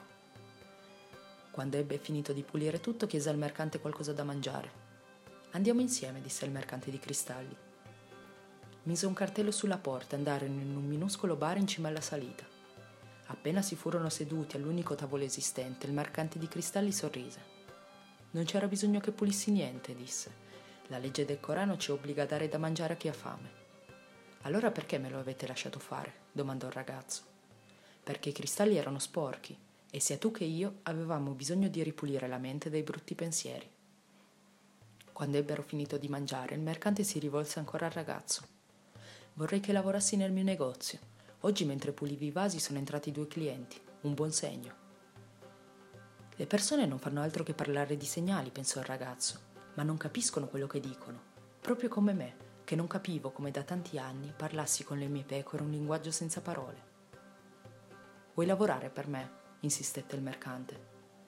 Quando ebbe finito di pulire tutto, chiese al mercante qualcosa da mangiare. «Andiamo insieme», disse il mercante di cristalli. Mise un cartello sulla porta e andarono in un minuscolo bar in cima alla salita. Appena si furono seduti all'unico tavolo esistente, il mercante di cristalli sorrise. «Non c'era bisogno che pulissi niente», disse. «La legge del Corano ci obbliga a dare da mangiare a chi ha fame». «Allora perché me lo avete lasciato fare?» domandò il ragazzo. «Perché i cristalli erano sporchi e sia tu che io avevamo bisogno di ripulire la mente dai brutti pensieri». Quando ebbero finito di mangiare, il mercante si rivolse ancora al ragazzo. «Vorrei che lavorassi nel mio negozio. Oggi mentre pulivi i vasi sono entrati due clienti, un buon segno». «Le persone non fanno altro che parlare di segnali», pensò il ragazzo, «ma non capiscono quello che dicono, proprio come me, che non capivo come da tanti anni parlassi con le mie pecore un linguaggio senza parole». «Vuoi lavorare per me?» insistette il mercante.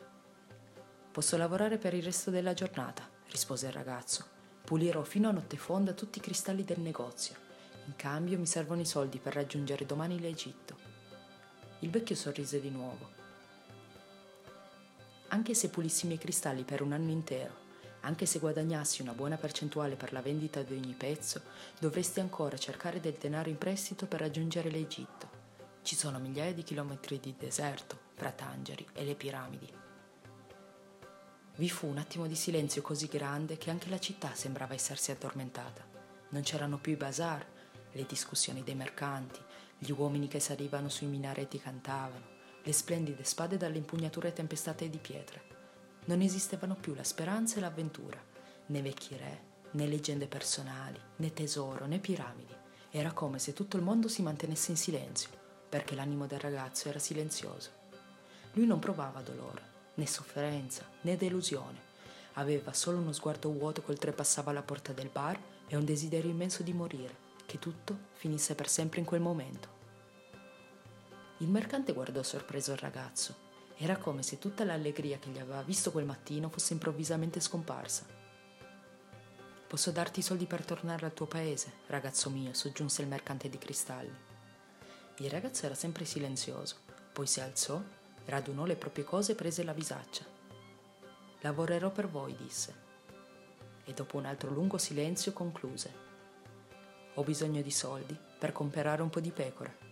«Posso lavorare per il resto della giornata», rispose il ragazzo. «Pulirò fino a notte fonda tutti i cristalli del negozio. In cambio mi servono i soldi per raggiungere domani l'Egitto». Il vecchio sorrise di nuovo. «Anche se pulissi i miei cristalli per un anno intero, Anche se guadagnassi una buona percentuale per la vendita di ogni pezzo, dovresti ancora cercare del denaro in prestito per raggiungere l'Egitto. Ci sono migliaia di chilometri di deserto fra Tangeri e le piramidi. Vi fu un attimo di silenzio così grande che anche la città sembrava essersi addormentata. Non c'erano più i bazar, le discussioni dei mercanti, gli uomini che salivano sui minareti e cantavano, le splendide spade dalle impugnature tempestate di pietre. Non esistevano più la speranza e l'avventura, né vecchi re, né leggende personali, né tesoro, né piramidi. Era come se tutto il mondo si mantenesse in silenzio, perché l'animo del ragazzo era silenzioso. Lui non provava dolore, né sofferenza, né delusione. Aveva solo uno sguardo vuoto che oltrepassava la porta del bar e un desiderio immenso di morire, che tutto finisse per sempre in quel momento. Il mercante guardò sorpreso il ragazzo. Era come se tutta l'allegria che gli aveva visto quel mattino fosse improvvisamente scomparsa. «Posso darti i soldi per tornare al tuo paese, ragazzo mio», soggiunse il mercante di cristalli. Il ragazzo era sempre silenzioso, poi si alzò, radunò le proprie cose e prese la visaccia. «Lavorerò per voi», disse. E dopo un altro lungo silenzio concluse. «Ho bisogno di soldi per comprare un po' di pecore».